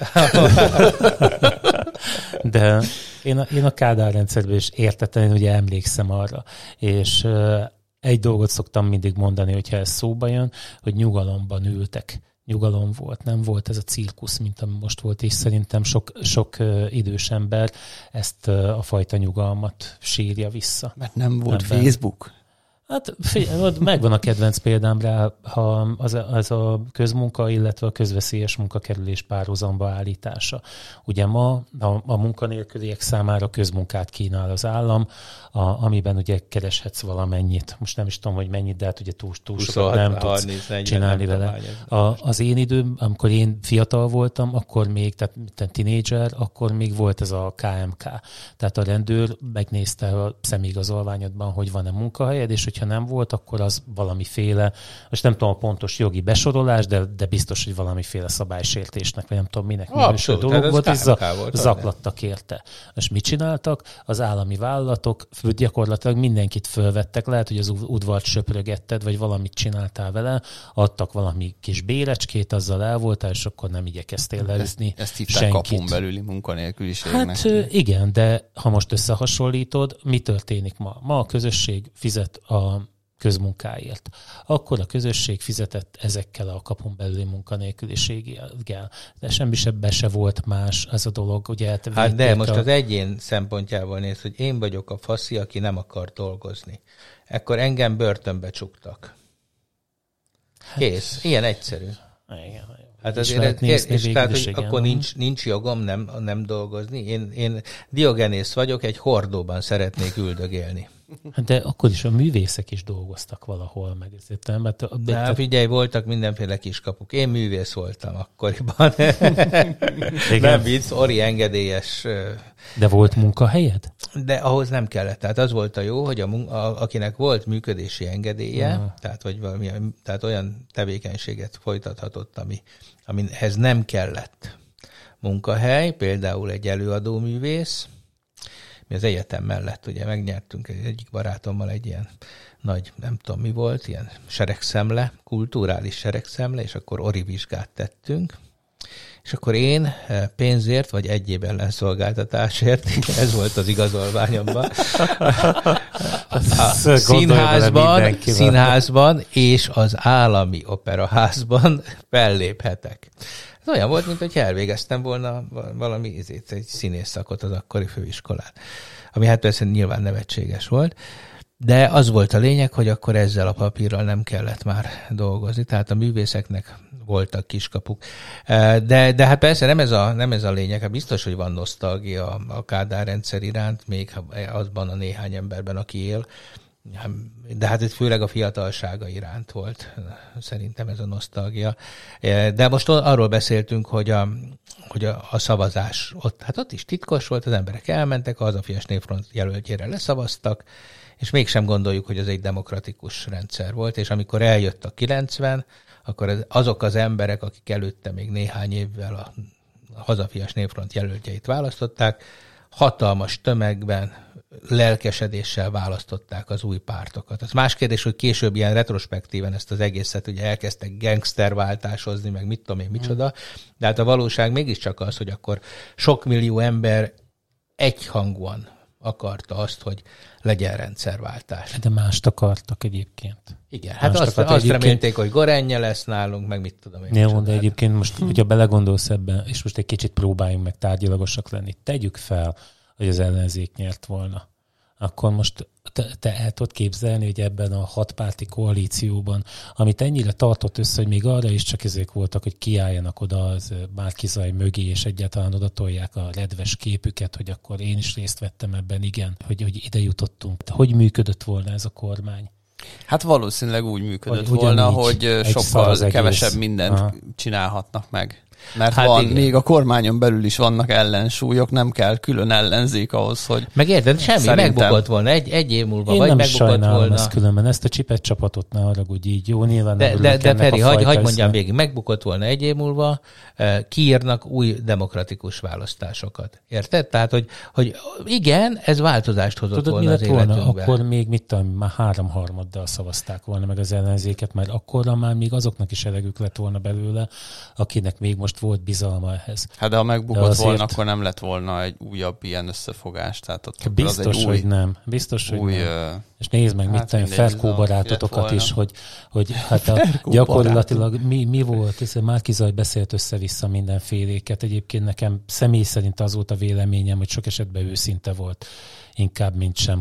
[SPEAKER 1] De én a Kádár rendszerben is értettem, én ugye emlékszem arra, és egy dolgot szoktam mindig mondani, hogyha ez szóba jön, hogy nyugalomban ültek. Nyugalom volt, nem volt ez a cirkusz, mint ami most volt, és szerintem sok idős ember ezt a fajta nyugalmat sírja vissza.
[SPEAKER 3] Mert nem volt
[SPEAKER 1] ebben.
[SPEAKER 3] Facebook?
[SPEAKER 1] Hát megvan a kedvenc példám rá, ha az a közmunka, illetve a közveszélyes munkakerülés párhuzamba állítása. Ugye ma a munkanélküliek számára közmunkát kínál az állam, amiben ugye kereshetsz valamennyit. Most nem is tudom, hogy mennyit, de hát ugye túl sokat nem tudsz csinálni vele. Az én időm, amikor én fiatal voltam, akkor még, tehát tinédzser, akkor még volt ez a KMK. Tehát a rendőr megnézte a személyigazolványodban, hogy van-e munkahelyed, és hogyha nem volt, akkor az valamiféle, most nem tudom a pontos jogi besorolás, de biztos, hogy valamiféle szabálysértésnek, vagy nem tudom minek minősülő dolog volt, és zaklattak érte. És mit csináltak? Az állami vállalatok gyakorlatilag mindenkit fölvettek, lehet, hogy az udvart söprögetted, vagy valamit csináltál vele, adtak valami kis bérecskét, azzal el voltál, és akkor nem igyekeztél leüzni
[SPEAKER 3] Ezt hívták kapun belüli munkanélküliségnek.
[SPEAKER 1] Hát igen, de ha most összehasonlítod, mi történik ma? Ma a közösség fizet a közmunkáért. Akkor a közösség fizetett ezekkel a kapun belüli munkanélküliséggel. De semmi se volt más ez a dolog. Ugye,
[SPEAKER 2] hát de most az egyén szempontjából néz, hogy én vagyok a faszi, aki nem akar dolgozni. Ekkor engem börtönbe csuktak. Kész. Ilyen egyszerű.
[SPEAKER 1] Igen.
[SPEAKER 2] Hát azért tehát, hogy akkor nincs jogom nem dolgozni. Én Diogenész vagyok, egy hordóban szeretnék üldögélni.
[SPEAKER 1] De akkor is a művészek is dolgoztak valahol, meg ezért.
[SPEAKER 2] Figyelj, voltak mindenféle kiskapuk. Én művész voltam akkoriban. Nem vicc, Ori engedélyes.
[SPEAKER 1] De volt munkahelyed?
[SPEAKER 2] De ahhoz nem kellett. Tehát az volt a jó, hogy akinek volt működési engedélye, tehát olyan tevékenységet folytathatott, amihez nem kellett munkahely, például egy előadóművész. Mi az egyetem mellett ugye megnyertünk egyik barátommal egy ilyen nagy, nem tudom mi volt, ilyen seregszemle, kulturális seregszemle, és akkor Ori vizsgát tettünk. És akkor én pénzért, vagy egyéb ellenszolgáltatásért, ez volt az igazolványomban, a színházban és az állami operaházban felléphetek. Ez olyan volt, mint hogy elvégeztem volna valami egy színész szakot az akkori főiskolán. Ami hát persze nyilván nevetséges volt. De az volt a lényeg, hogy akkor ezzel a papírral nem kellett már dolgozni. Tehát a művészeknek voltak kiskapuk. De hát persze nem ez a lényeg. Hát biztos, hogy van nosztalgia a Kádár rendszer iránt, még azban a néhány emberben, aki él. De hát itt főleg a fiatalsága iránt volt szerintem ez a nosztalgia. De most arról beszéltünk, hogy a szavazás ott is titkos volt, az emberek elmentek, a Hazafias Népfront jelöltjére leszavaztak, és mégsem gondoljuk, hogy ez egy demokratikus rendszer volt, és amikor eljött a 90, akkor azok az emberek, akik előtte még néhány évvel a Hazafias Népfront jelöltjeit választották, hatalmas tömegben, lelkesedéssel választották az új pártokat. Az más kérdés, hogy később ilyen retrospektíven ezt az egészet ugye elkezdtek gangsterváltásozni, meg mit tudom én micsoda, de hát a valóság mégiscsak az, hogy akkor sok millió ember egyhangúan akarta azt, hogy legyen rendszerváltás.
[SPEAKER 1] De mást akartak egyébként.
[SPEAKER 2] Igen, hát azt remélték, hogy Gorenje lesz nálunk, meg mit tudom én.
[SPEAKER 1] Jó, de egyébként most, hogyha belegondolsz ebben, és most egy kicsit próbáljunk meg tárgyilagosak lenni, tegyük fel, hogy az ellenzék nyert volna. akkor most te el tudod képzelni, hogy ebben a 6 párti koalícióban, amit ennyire tartott össze, hogy még arra is csak ezek voltak, hogy kiálljanak oda az Márki-Zay mögé, és egyáltalán oda tolják a redves képüket, hogy akkor én is részt vettem ebben, igen, hogy ide jutottunk. Hogy működött volna ez a kormány?
[SPEAKER 3] Hát valószínűleg úgy működött volna, hogy sokkal kevesebb mindent csinálhatnak meg. Mert hát még a kormányon belül is vannak ellensúlyok, nem kell külön ellenzék ahhoz, hogy...
[SPEAKER 2] Meg érted, semmi, megbukott volna egy év múlva,
[SPEAKER 1] én
[SPEAKER 2] vagy
[SPEAKER 1] nem
[SPEAKER 2] megbukott
[SPEAKER 1] sajnálom
[SPEAKER 2] volna.
[SPEAKER 1] Ezt különben, ezt a csipet csapatot ne haragudj így, jó, nyilván
[SPEAKER 2] de Feri, hagyd mondjam végig, megbukott volna egy év múlva, kiírnak új demokratikus választásokat. Érted? Tehát, hogy igen, ez változást hozott
[SPEAKER 1] tudod,
[SPEAKER 2] volna az életünkbe.
[SPEAKER 1] Akkor még mit tudom, már 3/3 szavazták volna meg az ellenzéket, mert akkorra már még azoknak is elegük lett volna belőle, akinek még most volt bizalma ehhez.
[SPEAKER 3] Hát de ha megbukott volna, akkor nem lett volna egy újabb ilyen összefogás. Tehát ott
[SPEAKER 1] biztos,
[SPEAKER 3] az egy
[SPEAKER 1] hogy nem. Biztos, hogy nem. És nézd meg, mit tenni, Ferkó barátotokat is, hogy hát gyakorlatilag mi volt, ez Márki-Zay beszélt össze-vissza mindenféléket. Egyébként nekem személy szerint az volt a véleményem, hogy sok esetben őszinte volt, inkább mint sem,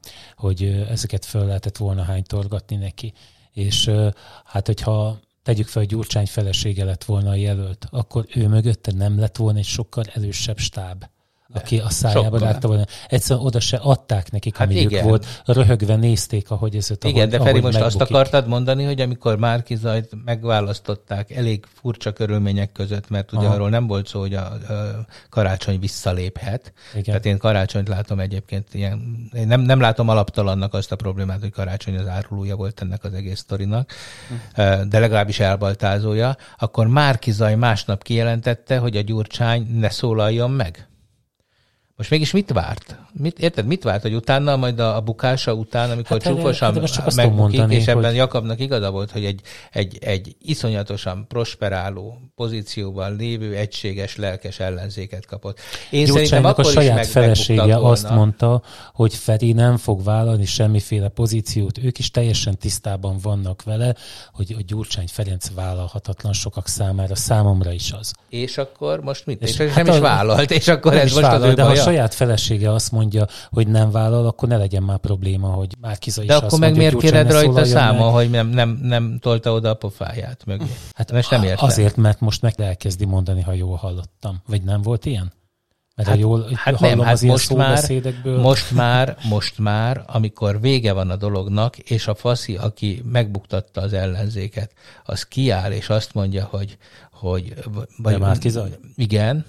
[SPEAKER 1] hogy ezeket föl lehetett volna hánytorgatni neki. És hát, hogyha tegyük fel, hogy Gyurcsány felesége lett volna a jelölt, akkor ő mögötte nem lett volna egy sokkal erősebb stáb, aki a szájába rágta volna. Egyszerűen oda se adták nekik, hát amíg volt. Röhögve nézték, ahogy ez ott.
[SPEAKER 2] Igen, de Feri, most megbukik. Azt akartad mondani, hogy amikor Márki-Zayt megválasztották elég furcsa körülmények között, mert ugye arról nem volt szó, hogy a Karácsony visszaléphet. Igen. Tehát én Karácsonyt látom egyébként ilyen, én nem látom alaptalannak azt a problémát, hogy Karácsony az árulója volt ennek az egész sztorinak, de legalábbis elbaltázója. Akkor Márki-Zay másnap kijelentette, hogy a Gyurcsány ne szólaljon meg. Most mégis mit várt? Mit várt, hogy utána, majd a bukása után, amikor csúfosan megbukik, és ebben Jakabnak igaza volt, hogy egy iszonyatosan prosperáló pozícióban lévő, egységes, lelkes ellenzéket kapott. Én szerintem akkor
[SPEAKER 1] a saját felesége azt
[SPEAKER 2] volna.
[SPEAKER 1] Mondta, hogy Feri nem fog vállalni semmiféle pozíciót. Ők is teljesen tisztában vannak vele, hogy Gyurcsány Ferenc vállalhatatlan sokak számára, számomra is az.
[SPEAKER 2] És akkor most mit? És nem is vállalt, és akkor ez most az ő
[SPEAKER 1] baja? De ha a saját felesége azt mondja, hogy nem vállal, akkor ne legyen már probléma, hogy Márki-Zay is azt mondja,
[SPEAKER 2] meg miért kéred rajta számon,
[SPEAKER 1] meg.
[SPEAKER 2] hogy nem tolta oda a pofáját mögé? Hát most nem értem.
[SPEAKER 1] Azért, mert most meg elkezdi mondani, ha jól hallottam. Vagy nem volt ilyen? Mert hát, jól hallom az ilyen szóbeszédekből.
[SPEAKER 2] Most már, amikor vége van a dolognak, és a faszi, aki megbuktatta az ellenzéket, az kiáll, és azt mondja, hogy
[SPEAKER 1] Márki-Zay?
[SPEAKER 2] Igen,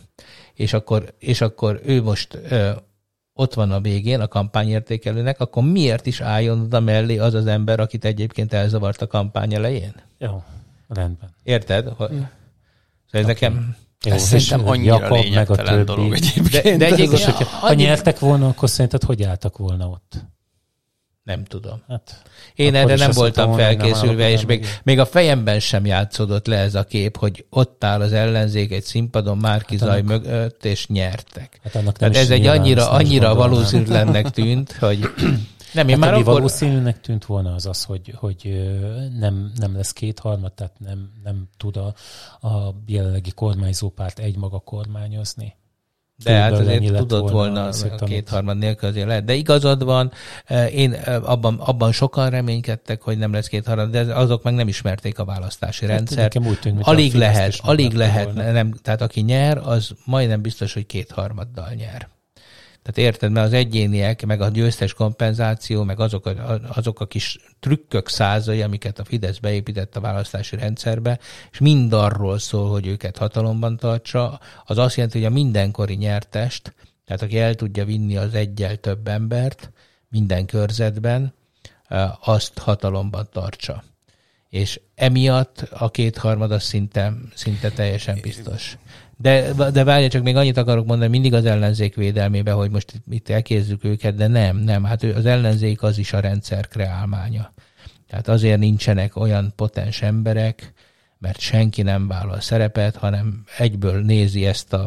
[SPEAKER 2] és akkor ő most ott van a végén a kampányértékelőnek, akkor miért is álljon oda mellé az az ember, akit egyébként elzavart a kampány elején?
[SPEAKER 1] Jó, rendben.
[SPEAKER 2] Érted? Ez nekem...
[SPEAKER 3] Ez szerintem annyira lényegtelen dolog egyébként.
[SPEAKER 2] De egyébként,
[SPEAKER 1] ha nyertek volna, akkor szerinted hogy álltak volna ott?
[SPEAKER 2] Nem tudom. Hát, én erre nem voltam felkészülve, és még a fejemben sem játszódott le ez a kép, hogy ott áll az ellenzék egy színpadon Márki-Zay mögött, és nyertek. Hát tehát ez egy annyira valószínűtlennek tűnt, hogy...
[SPEAKER 1] Nem, én hát már valószínűnek tűnt volna az, hogy nem lesz 2/3, tehát nem tud a jelenlegi kormányzópárt egymaga kormányozni.
[SPEAKER 2] De hát azért tudott volna a 2/3 nélkül azért lehet. De igazad van, én abban sokan reménykedtek, hogy nem lesz 2/3, de azok meg nem ismerték a választási rendszert. Alig lehet, nem, tehát aki nyer, az majdnem biztos, hogy 2/3 nyer. Tehát érted, mert az egyéniek, meg a győztes kompenzáció, meg azok a kis trükkök százai, amiket a Fidesz beépített a választási rendszerbe, és mind arról szól, hogy őket hatalomban tartsa, az azt jelenti, hogy a mindenkori nyertest, tehát aki el tudja vinni az egyel több embert minden körzetben, azt hatalomban tartsa. És emiatt a 2/3 az szinte teljesen biztos. De várj, csak még annyit akarok mondani, mindig az ellenzék védelmébe, hogy most itt elkézzük őket, de nem. Hát az ellenzék az is a rendszer kreálmánya. Tehát azért nincsenek olyan potens emberek, mert senki nem vállal szerepet, hanem egyből nézi ezt a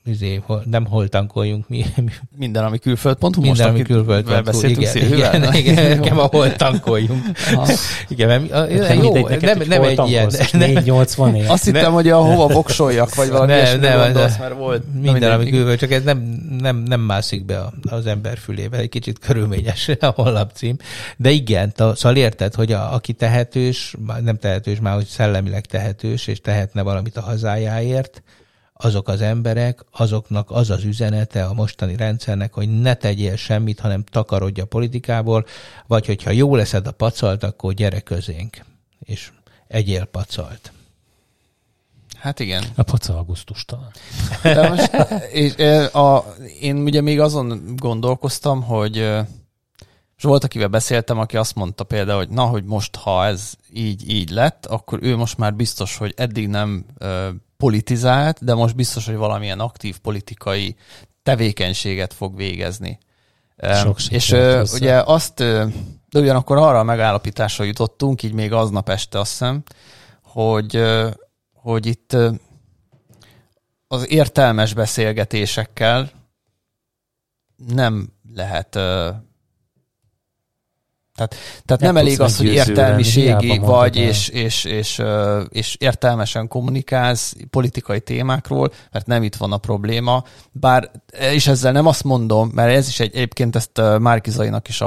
[SPEAKER 2] nem hol tankoljunk mi.
[SPEAKER 3] Minden, ami külföld.hu.
[SPEAKER 2] Minden, ami külföld.hu.
[SPEAKER 3] Beszéltünk Szilvivel.
[SPEAKER 2] Igen, nekem a hol tankoljunk. Igen,
[SPEAKER 1] jó, nem egy ilyen. 480 év.
[SPEAKER 3] Azt hittem, hogy a hova voksoljak, vagy valami ilyesmire gondolsz, mert volt.
[SPEAKER 2] Minden, ami külföld, csak ez nem mászik be az ember fülébe. Egy kicsit körülményes a honlapcím. De igen, szóval érted, hogy aki tehetős, nem tehetős már, hogy szellemileg tehetős, és tehetne valamit a hazájáért, azok az emberek, azoknak az az üzenete a mostani rendszernek, hogy ne tegyél semmit, hanem takarodj a politikából, vagy hogyha jó leszed a pacalt, akkor gyere közénk, és egyél pacalt.
[SPEAKER 3] Hát igen.
[SPEAKER 1] A pacal augusztustalan.
[SPEAKER 3] De most, én ugye még azon gondolkoztam, hogy és volt, akivel beszéltem, aki azt mondta például, hogy hogy most, ha ez így lett, akkor ő most már biztos, hogy eddig nem politizált, de most biztos, hogy valamilyen aktív politikai tevékenységet fog végezni. És ugye de ugyanakkor arra a megállapításra jutottunk, így még aznap este azt hiszem, hogy itt az értelmes beszélgetésekkel nem lehet... Tehát nem elég az, hogy értelmiségi vagy, és értelmesen kommunikálsz politikai témákról, mert nem itt van a probléma. Bár, és ezzel nem azt mondom, mert ez is egyébként ezt Márki-Zainak is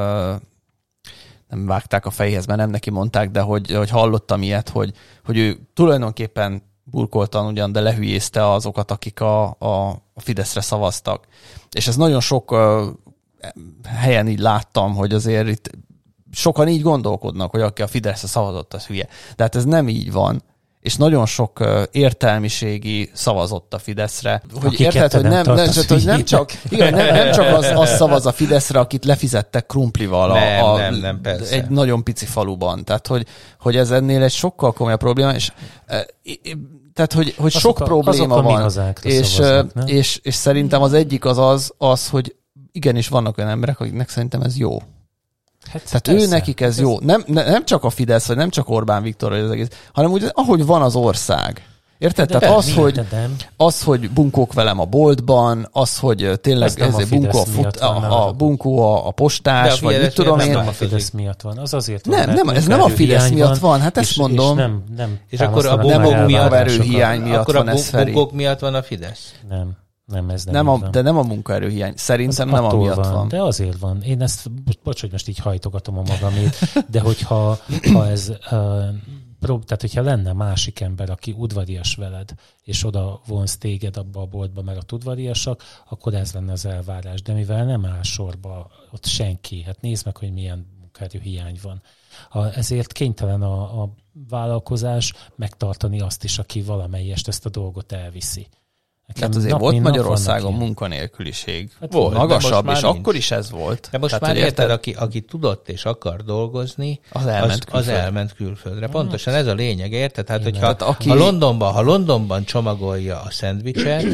[SPEAKER 3] nem vágták a fejéhez, mert nem neki mondták, de hogy hallottam ilyet, hogy ő tulajdonképpen burkoltan ugyan, de lehülyézte azokat, akik a Fideszre szavaztak. És ez nagyon sok helyen így láttam, hogy azért itt sokan így gondolkodnak, hogy aki a Fideszre szavazott, az hülye. De hát ez nem így van. És nagyon sok értelmiségi szavazott a Fideszre. Hogy érted, hogy nem csak az szavaz a Fideszre, akit lefizettek krumplival
[SPEAKER 2] nem,
[SPEAKER 3] egy nagyon pici faluban. Tehát, hogy ez ennél egy sokkal komolyabb probléma, és tehát, hogy sok probléma van. És szerintem az egyik az, hogy igenis vannak olyan emberek, akiknek szerintem ez jó. Tehát ő nekik ez jó. Nem csak a Fidesz, vagy nem csak Orbán Viktor, vagy az egész, hanem úgy, ahogy van az ország. Érted? Tehát az, hogy bunkók velem a boltban, az, hogy tényleg ez bunkó a postás, vagy mit tudom én.
[SPEAKER 1] Nem a Fidesz miatt van. Az azért van.
[SPEAKER 3] Ez nem a Fidesz miatt van. Hát ezt mondom.
[SPEAKER 2] És akkor a
[SPEAKER 3] munkaerőhiány miatt van ez, Feri.
[SPEAKER 2] Bunkók miatt van a Fidesz?
[SPEAKER 1] Nem, ez nem
[SPEAKER 3] de nem a munkaerőhiány. Szerintem nem amiatt van.
[SPEAKER 1] De azért van. Én ezt, bocs, hogy most így hajtogatom a magamét, de hogyha ez... Tehát, hogyha lenne másik ember, aki udvarias veled, és oda vonz téged abba a boltba, mert ott udvariasak, akkor ez lenne az elvárás. De mivel nem áll sorba ott senki, hát nézd meg, hogy milyen munkaerőhiány van. Ezért kénytelen a vállalkozás megtartani azt is, aki valamelyest ezt a dolgot elviszi.
[SPEAKER 3] Tehát azért volt Magyarországon munkanélküliség. Hát volt, magasabb, és akkor is ez volt.
[SPEAKER 2] De most tehát, már érted, aki tudott és akar dolgozni, az elment külföldre. Pontosan ez a lényeg, érted? Tehát, hogyha ha Londonban csomagolja a szendvicset,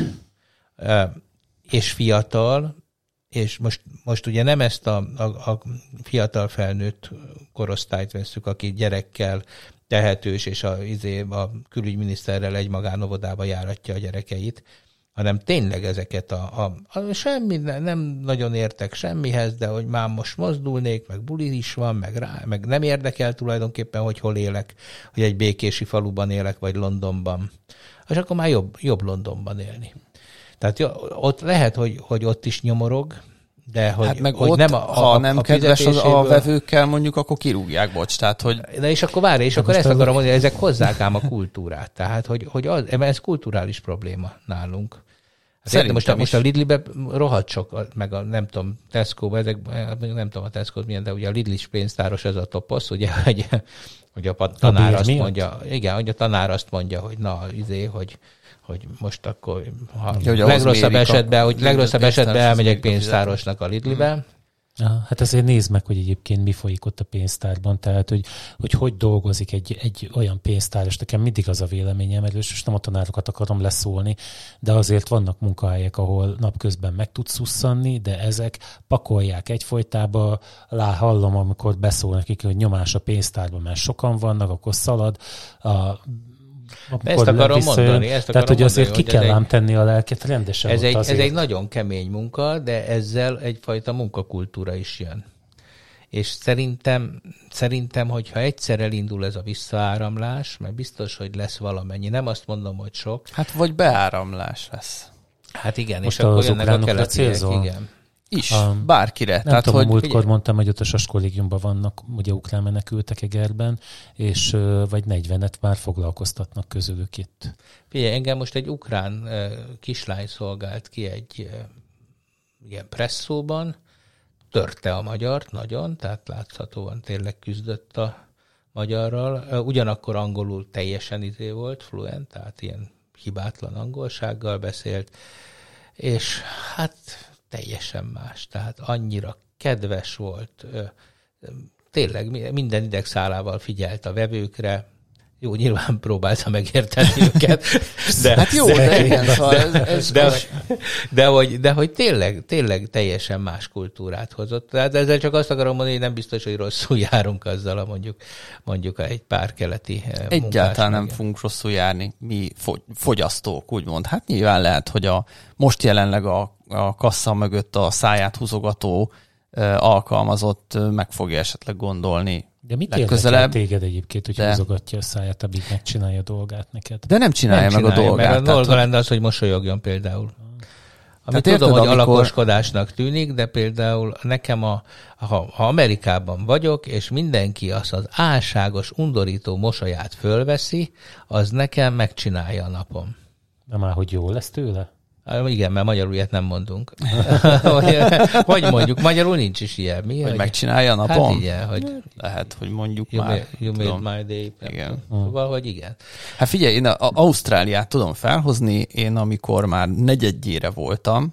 [SPEAKER 2] és fiatal, és most ugye nem ezt a fiatal felnőtt korosztályt vesszük, aki gyerekkel tehetős, és a külügyminiszterrel egy magánovodába járatja a gyerekeit, hanem tényleg ezeket semmi, nem nagyon értek semmihez, de hogy már most mozdulnék, meg buli is van, meg nem érdekel tulajdonképpen, hogy hol élek, hogy egy békési faluban élek, vagy Londonban. És akkor már jobb Londonban élni. Tehát ott lehet, hogy ott is nyomorog, de hogy,
[SPEAKER 3] hát meg
[SPEAKER 2] hogy
[SPEAKER 3] ott,
[SPEAKER 2] nem
[SPEAKER 3] ha nem kedves a vevőkkel, mondjuk, akkor kirúgják, bocs. Tehát, hogy...
[SPEAKER 2] De és akkor várj, és akkor ezt akarom mondani, ezek hozzák ám a kultúrát. Tehát, hogy ez kulturális probléma nálunk. Hát most a Lidlibe rohadt sok, meg a nem tudom, Tesco-ba, nem tudom a Tesco-t milyen, de ugye a Lidl is pénztáros ez a toposz, ugye, hogy a tanár azt mondja, igen, hogy a tanár azt mondja, hogy hogy most akkor legrosszabb esetben elmegyek pénztárosnak a Lidlibe.
[SPEAKER 1] Hát azért nézd meg, hogy egyébként mi folyik ott a pénztárban, tehát hogy dolgozik egy olyan pénztáros. Nekem mindig az a véleményem, mert most nem a tanárokat akarom leszólni, de azért vannak munkahelyek, ahol napközben meg tudsz szusszanni, de ezek pakolják egyfolytába, hallom, amikor beszól nekik, hogy nyomás a pénztárban, mert sokan vannak, akkor szalad
[SPEAKER 2] Ezt akarom mondani.
[SPEAKER 1] Tehát, hogy azért ki kell ám tenni a lelket rendesen.
[SPEAKER 2] Ez egy nagyon kemény munka, de ezzel egyfajta munkakultúra is jön. És szerintem, hogyha egyszer elindul ez a visszaáramlás, mert biztos, hogy lesz valamennyi, nem azt mondom, hogy sok.
[SPEAKER 3] Hát vagy beáramlás lesz.
[SPEAKER 2] Hát igen,
[SPEAKER 1] most
[SPEAKER 2] és akkor jönnek a keletiek, igen.
[SPEAKER 3] Is, bárkire.
[SPEAKER 1] Nem tehát, tudom, múltkor mondtam, hogy ott a SAS kollégiumban vannak ugye ukrán menekültek Egerben, és vagy 40-et már foglalkoztatnak közülük itt.
[SPEAKER 2] Figyelj, engem most egy ukrán kislány szolgált ki egy ilyen presszóban, törte a magyart nagyon, tehát láthatóan tényleg küzdött a magyarral. Ugyanakkor angolul teljesen volt, fluent, tehát ilyen hibátlan angolsággal beszélt, és hát teljesen más, tehát annyira kedves volt, tényleg minden idegszálával figyelt a vevőkre, jó, nyilván próbálta megérteni őket.
[SPEAKER 3] Hát jó, de igen,
[SPEAKER 2] de hogy tényleg teljesen más kultúrát hozott. Tehát ezzel csak azt akarom mondani, hogy nem biztos, hogy rosszul járunk azzal a mondjuk egy pár keleti munkás.
[SPEAKER 3] Egyáltalán nem fogunk rosszul járni, mi fogyasztók, úgymond. Hát nyilván lehet, hogy most jelenleg a kassa mögött a száját húzogató alkalmazott meg fogja esetleg gondolni.
[SPEAKER 1] De mit érdekel téged egyébként, hogy húzogatja a száját, amíg megcsinálja a dolgát neked?
[SPEAKER 3] De nem csinálja meg a dolgát.
[SPEAKER 2] Mert a dolga lenne az, hogy mosolyogjon például. Amit tudom, hogy alakoskodásnak tűnik, de például nekem, ha Amerikában vagyok, és mindenki az álságos, undorító mosolyát fölveszi, az nekem megcsinálja a napom.
[SPEAKER 1] De már, hogy jó lesz tőle?
[SPEAKER 2] Igen, mert magyarul ilyet nem mondunk. Vagy mondjuk, magyarul nincs is ilyen. Mi?
[SPEAKER 3] Hogy megcsinálja a napom?
[SPEAKER 2] Hát igen. Hogy
[SPEAKER 3] lehet, hogy mondjuk
[SPEAKER 2] you
[SPEAKER 3] már.
[SPEAKER 2] You made my day.
[SPEAKER 3] Igen.
[SPEAKER 2] Valahogy igen.
[SPEAKER 3] Hát figyelj, én Ausztráliát tudom felhozni, én amikor már negyedjére voltam,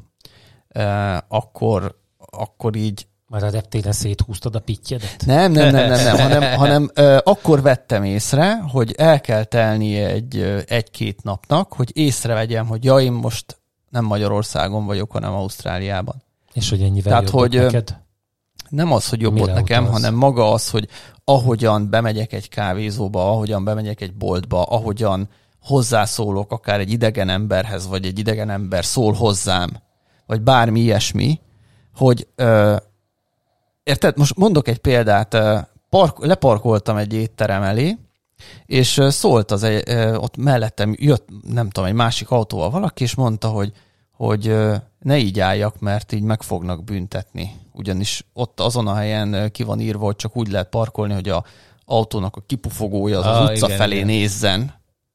[SPEAKER 3] akkor így...
[SPEAKER 1] Már a reptéren széthúztad a pittyedet?
[SPEAKER 3] Nem, hanem akkor vettem észre, hogy el kell telnie egy-két napnak, hogy észrevegyem, hogy én most nem Magyarországon vagyok, hanem Ausztráliában.
[SPEAKER 1] És hogy ennyivel jobb hogy neked?
[SPEAKER 3] Nem az, hogy jobb nekem, hanem maga az, hogy ahogyan bemegyek egy kávézóba, ahogyan bemegyek egy boltba, ahogyan hozzászólok akár egy idegen emberhez, vagy egy idegen ember szól hozzám, vagy bármi ilyesmi, hogy érted? Most mondok egy példát, leparkoltam egy étterem elé, és szólt ott mellettem jött, nem tudom, egy másik autóval valaki, és mondta, hogy ne így álljak, mert így meg fognak büntetni. Ugyanis ott azon a helyen ki van írva, hogy csak úgy lehet parkolni, hogy az autónak a kipufogója az utca felé igen. nézzen.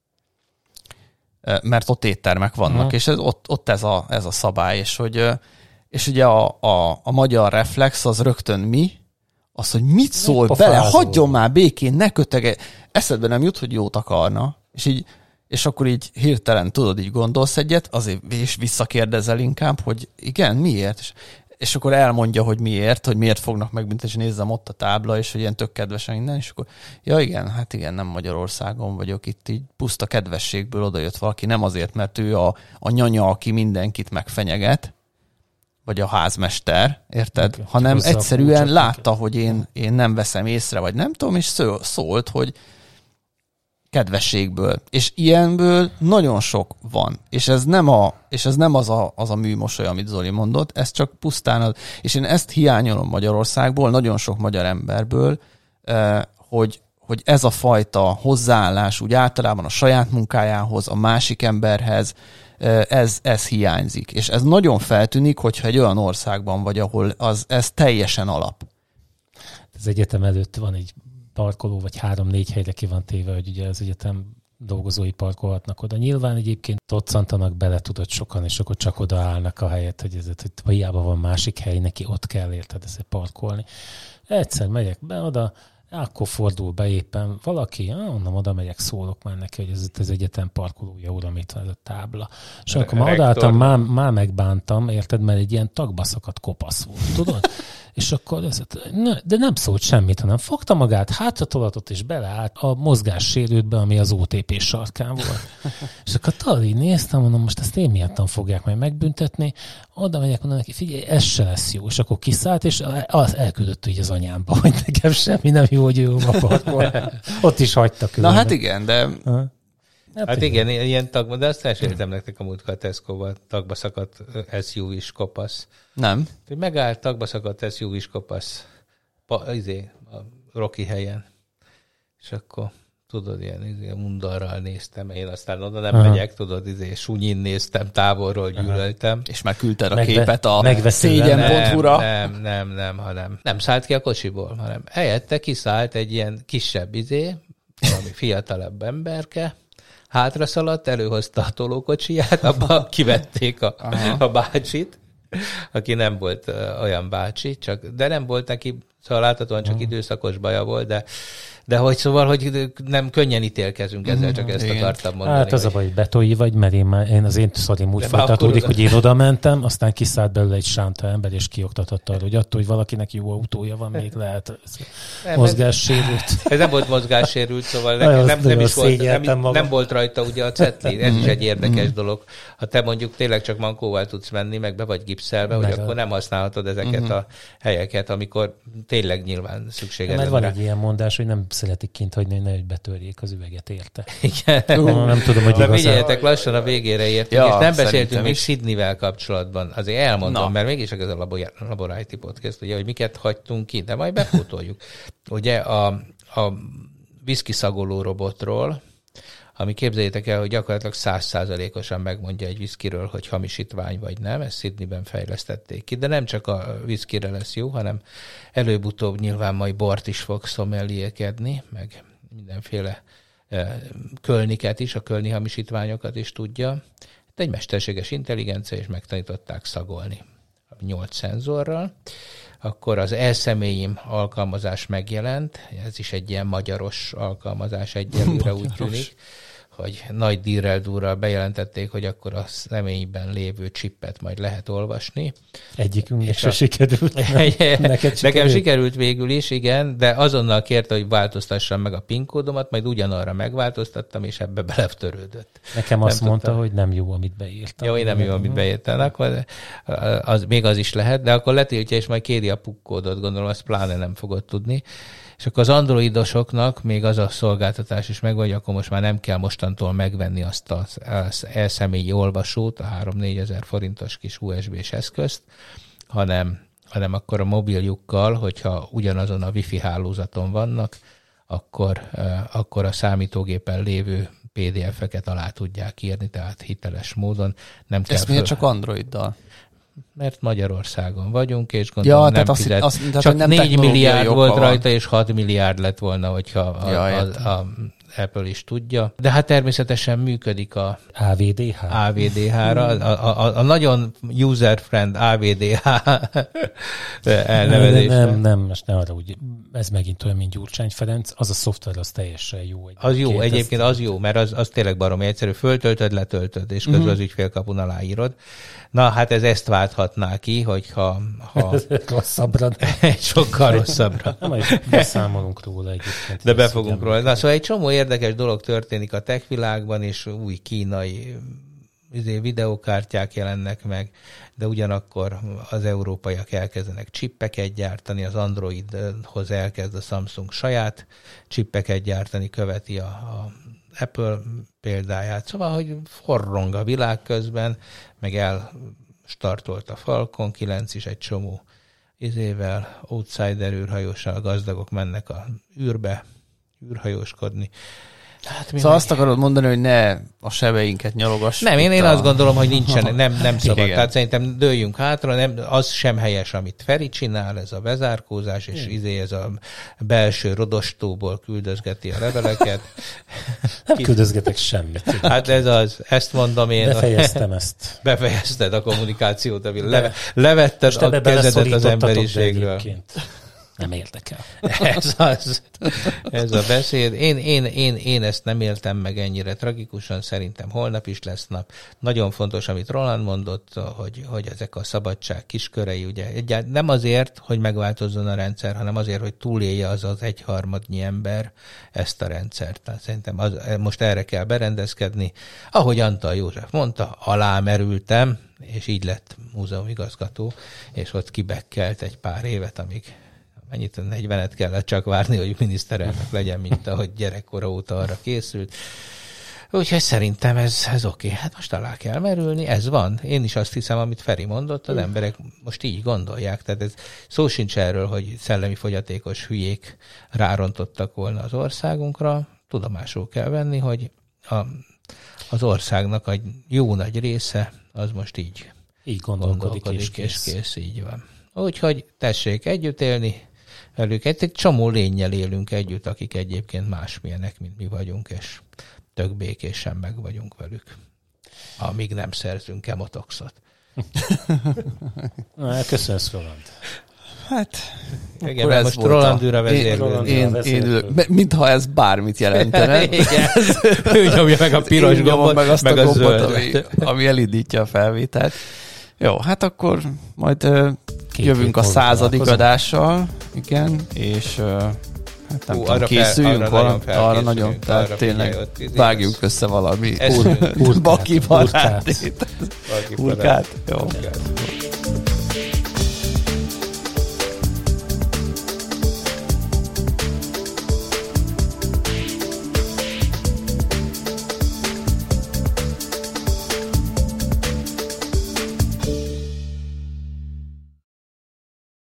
[SPEAKER 3] Mert ott éttermek vannak, és ott ez a szabály, és ugye a magyar reflex az rögtön mi? Az, hogy mit szól bele, hagyjon már békén, ne kötege. Eszedbe nem jut, hogy jót akarna. És akkor így hirtelen tudod, így gondolsz egyet, azért és visszakérdezel inkább, hogy igen, miért? És akkor elmondja, hogy miért fognak megbüntetni, és nézzem ott a tábla, és hogy ilyen tök kedvesen minden, és akkor ja igen, hát igen, nem Magyarországon vagyok, itt így puszta kedvességből odajött valaki, nem azért, mert ő a nyanya, aki mindenkit megfenyeget, vagy a házmester, érted? Okay, hanem egyszerűen látta, hogy én nem veszem észre, vagy nem tudom, és szólt, hogy kedvességből. És ilyenből nagyon sok van. És ez nem az a műmosoly, amit Zoli mondott, ez csak pusztán és én ezt hiányolom Magyarországból, nagyon sok magyar emberből, hogy ez a fajta hozzáállás úgy általában a saját munkájához, a másik emberhez, ez hiányzik. És ez nagyon feltűnik, hogyha egy olyan országban vagy, ahol ez teljesen alap.
[SPEAKER 1] Az egyetem előtt van egy parkoló, vagy 3-4 helyre ki van téve, hogy ugye az egyetem dolgozói parkolhatnak oda. Nyilván egyébként toccantanak bele, tudod sokan, és akkor csak oda állnak a helyet, hogy hiába van másik hely, neki ott kell érted ezt parkolni. Egyszer megyek be oda, akkor fordul be éppen valaki, onnan oda megyek, szólok már neki, hogy ez az egyetem parkolója, uram, itt van ez a tábla. És akkor már odaálltam, már megbántam, érted, mert egy ilyen tagba szakadt kopasz volt, tudod? És akkor de nem szólt semmit, hanem fogta magát, hátratolatott és beleállt a mozgássérültbe, ami az OTP sarkán volt. És akkor talán így néztem, mondom, most ezt én miattam fogják majd megbüntetni, oda megyek, mondom neki, figyelj, ez se lesz jó. És akkor kiszállt, és az elküldött így az anyámba, hogy nekem semmi nem jó, hogy ő parkol. Ott is hagytak.
[SPEAKER 3] Na hát igen, de
[SPEAKER 2] Hát igen, ilyen tagban, de azt elsértem nektek a múltkor a Tesco-ban, tagba szakadt SUV-s kopasz.
[SPEAKER 3] Nem.
[SPEAKER 2] Megállt tagba szakadt SUV-s kopasz a Rocky helyen. És akkor tudod, ilyen undorral néztem, én aztán oda nem megyek, tudod, sunyin néztem, távolról gyűlöltem.
[SPEAKER 3] És már küldted a képet a szégyen.hu-ra.
[SPEAKER 2] Nem szállt ki a kocsiból, hanem helyette kiszállt egy ilyen kisebb valami fiatalabb emberke, hátra szaladt, előhozta a tolókocsiját, abban kivették a bácsit, aki nem volt olyan bácsi, de nem volt neki, szóval láthatóan csak időszakos baja volt, de hogy szóval, hogy nem könnyen ítélkezünk ezzel, csak ezt akartam mondani.
[SPEAKER 1] Hát az a baj, hogy betolyi vagy, mert az én szorím úgy folytatódik, hogy én oda mentem, aztán kiszállt belőle egy sánta ember, és kioktatott arra, hogy attól, hogy valakinek jó autója van, még lehet mozgássérült.
[SPEAKER 2] Ez nem volt mozgássérült, szóval nem volt rajta ugye a cetli. Ez is egy érdekes dolog. Ha te mondjuk tényleg csak mankóval tudsz menni, meg be vagy gipszelve, hogy akkor nem használhatod ezeket a helyeket, amikor tényleg nyilván szükséged.
[SPEAKER 1] Mert van egy ilyen mondás, hogy nem szeretik kint hagyni, hogy nehogy betörjék az üveget érte.
[SPEAKER 2] Igen.
[SPEAKER 1] Nem tudom, hogy
[SPEAKER 2] igazán. Figyeljetek, lassan a végére értünk, és nem beszéltünk még
[SPEAKER 3] is
[SPEAKER 2] Sydneyvel kapcsolatban. Azért elmondom, mert mégis ez a Labor IT Podcast, ugye, hogy miket hagytunk ki, de majd befótoljuk. Ugye a whisky szagoló robotról, ami képzeljétek el, hogy gyakorlatilag 100%-osan megmondja egy whiskyről, hogy hamisítvány vagy nem, ezt Sydneyben fejlesztették ki, de nem csak a whiskyre lesz jó, hanem előbb-utóbb nyilván majd bort is fog szomeliékedni, meg mindenféle kölniket is, a kölni hamisítványokat is tudja. Egy mesterséges intelligencia, és megtanították szagolni 8 szenzorral. Akkor az elszemélyim alkalmazás megjelent, ez is egy ilyen magyaros alkalmazás egyelőre úgy tűnik, hogy nagy dírrel-durral bejelentették, hogy akkor a személyben lévő csippet majd lehet olvasni.
[SPEAKER 1] Egyikünknek se sikerült.
[SPEAKER 2] Nekem sikerült végül is, igen, de azonnal kérte, hogy változtassam meg a PIN kódomat, majd ugyanarra megváltoztattam, és ebbe beletörődött.
[SPEAKER 1] Nekem azt mondta, hogy nem jó, amit beírtam.
[SPEAKER 2] Jó, hogy nem jó, amit beírtam, akkor még az is lehet, de akkor letiltja, és majd kéri a PUK kódot, gondolom, azt pláne nem fogod tudni. És akkor az androidosoknak még az a szolgáltatás is megvan, hogy akkor most már nem kell mostantól megvenni azt az elszemélyi olvasót, a 3-4 ezer forintos kis USB-s eszközt, hanem akkor a mobiljukkal, hogyha ugyanazon a wifi hálózaton vannak, akkor a számítógépen lévő PDF-eket alá tudják írni, tehát hiteles módon. Nem kell.
[SPEAKER 3] Ez miért csak Androiddal?
[SPEAKER 2] Mert Magyarországon vagyunk, és gondolom nem fizet. Csak
[SPEAKER 3] nem
[SPEAKER 2] 4 milliárd volt
[SPEAKER 3] van
[SPEAKER 2] rajta, és 6 milliárd lett volna, hogyha a Apple is tudja. De hát természetesen működik a AVDH-ra, a nagyon user-friend AVDH elnevezésre.
[SPEAKER 1] Nem, most ne arra úgy, ez megint olyan, mint Gyurcsány Ferenc, az a szoftver az teljesen jó.
[SPEAKER 2] Az jó, egyébként az jó, mert az tényleg baromi egyszerű. Föltöltöd, letöltöd, és közben az ügyfélkapun aláírod. Na, hát ezt válthatná ki, hogyha...
[SPEAKER 1] rosszabbra.
[SPEAKER 2] Sokkal rosszabbra.
[SPEAKER 1] Majd beszámolunk róla egyébként.
[SPEAKER 2] De befogunk róla. Na, szóval egy csomó érdekes dolog történik a tech világban, és új kínai videókártyák jelennek meg, de ugyanakkor az európaiak elkezdenek csippeket gyártani, az Androidhoz elkezd a Samsung saját csippeket gyártani, követi a Apple példáját. Szóval, hogy forrong a világ közben, meg elstartolt a Falcon 9 is egy csomó outsider űrhajóssal, gazdagok mennek a űrbe űrhajóskodni.
[SPEAKER 3] Hát szóval azt akarod mondani, hogy ne a sebeinket nyalogassuk?
[SPEAKER 2] Nem, én azt gondolom, hogy nincsen, nem szabad. Igen. Tehát szerintem dőljünk hátra, az sem helyes, amit Feri csinál, ez a bezárkózás, és ez a belső rodostóból küldözgeti a leveleket.
[SPEAKER 1] Nem küldözgetek semmit.
[SPEAKER 2] Hát ez az, ezt mondom én.
[SPEAKER 1] Befejeztem ezt.
[SPEAKER 2] Befejezted a kommunikációt, levetted a kezedet az emberiségről.
[SPEAKER 1] Nem érdekel.
[SPEAKER 2] Ez a beszéd. Én ezt nem éltem meg ennyire tragikusan, szerintem holnap is lesz nap. Nagyon fontos, amit Roland mondott, hogy ezek a szabadság kiskörei, ugye nem azért, hogy megváltozzon a rendszer, hanem azért, hogy túlélje az 1/3 ember ezt a rendszert. Tehát szerintem most erre kell berendezkedni. Ahogy Antal József mondta, alámerültem, és így lett múzeumigazgató, és ott kibekkelt egy pár évet, amíg 40-et kellett csak várni, hogy miniszterelnök legyen, mint ahogy gyerekkora óta arra készült. Úgyhogy szerintem ez oké. Hát most alá kell merülni, ez van. Én is azt hiszem, amit Feri mondott, az emberek most így gondolják. Tehát ez szó sincs erről, hogy szellemi fogyatékos hülyék rárontottak volna az országunkra. Tudomásul kell venni, hogy az országnak egy jó nagy része az most így
[SPEAKER 1] gondolkodik és
[SPEAKER 2] kész, így van. Úgyhogy tessék együtt élni velük. Egy csomó lénnyel élünk együtt, akik egyébként másmilyenek, mint mi vagyunk, és tök békésen meg vagyunk velük, amíg nem szerzünk emotoxot.
[SPEAKER 1] Köszönöm, Roland.
[SPEAKER 3] Hát,
[SPEAKER 2] igen, ez most Rolandúra vezérlő.
[SPEAKER 3] Én ülök, mintha ez bármit jelentene.
[SPEAKER 2] Igen, ő nyomja meg a piros gombot,
[SPEAKER 3] meg azt
[SPEAKER 2] meg
[SPEAKER 3] a
[SPEAKER 2] gombot,
[SPEAKER 3] ami elindítja a felvételt. Jó, hát akkor majd jövünk a 100. adással, igen, és hát nem tudom, készüljünk arra nagyon, tehát tényleg vágjunk össze valami bakiparátét. Urkát. Jó.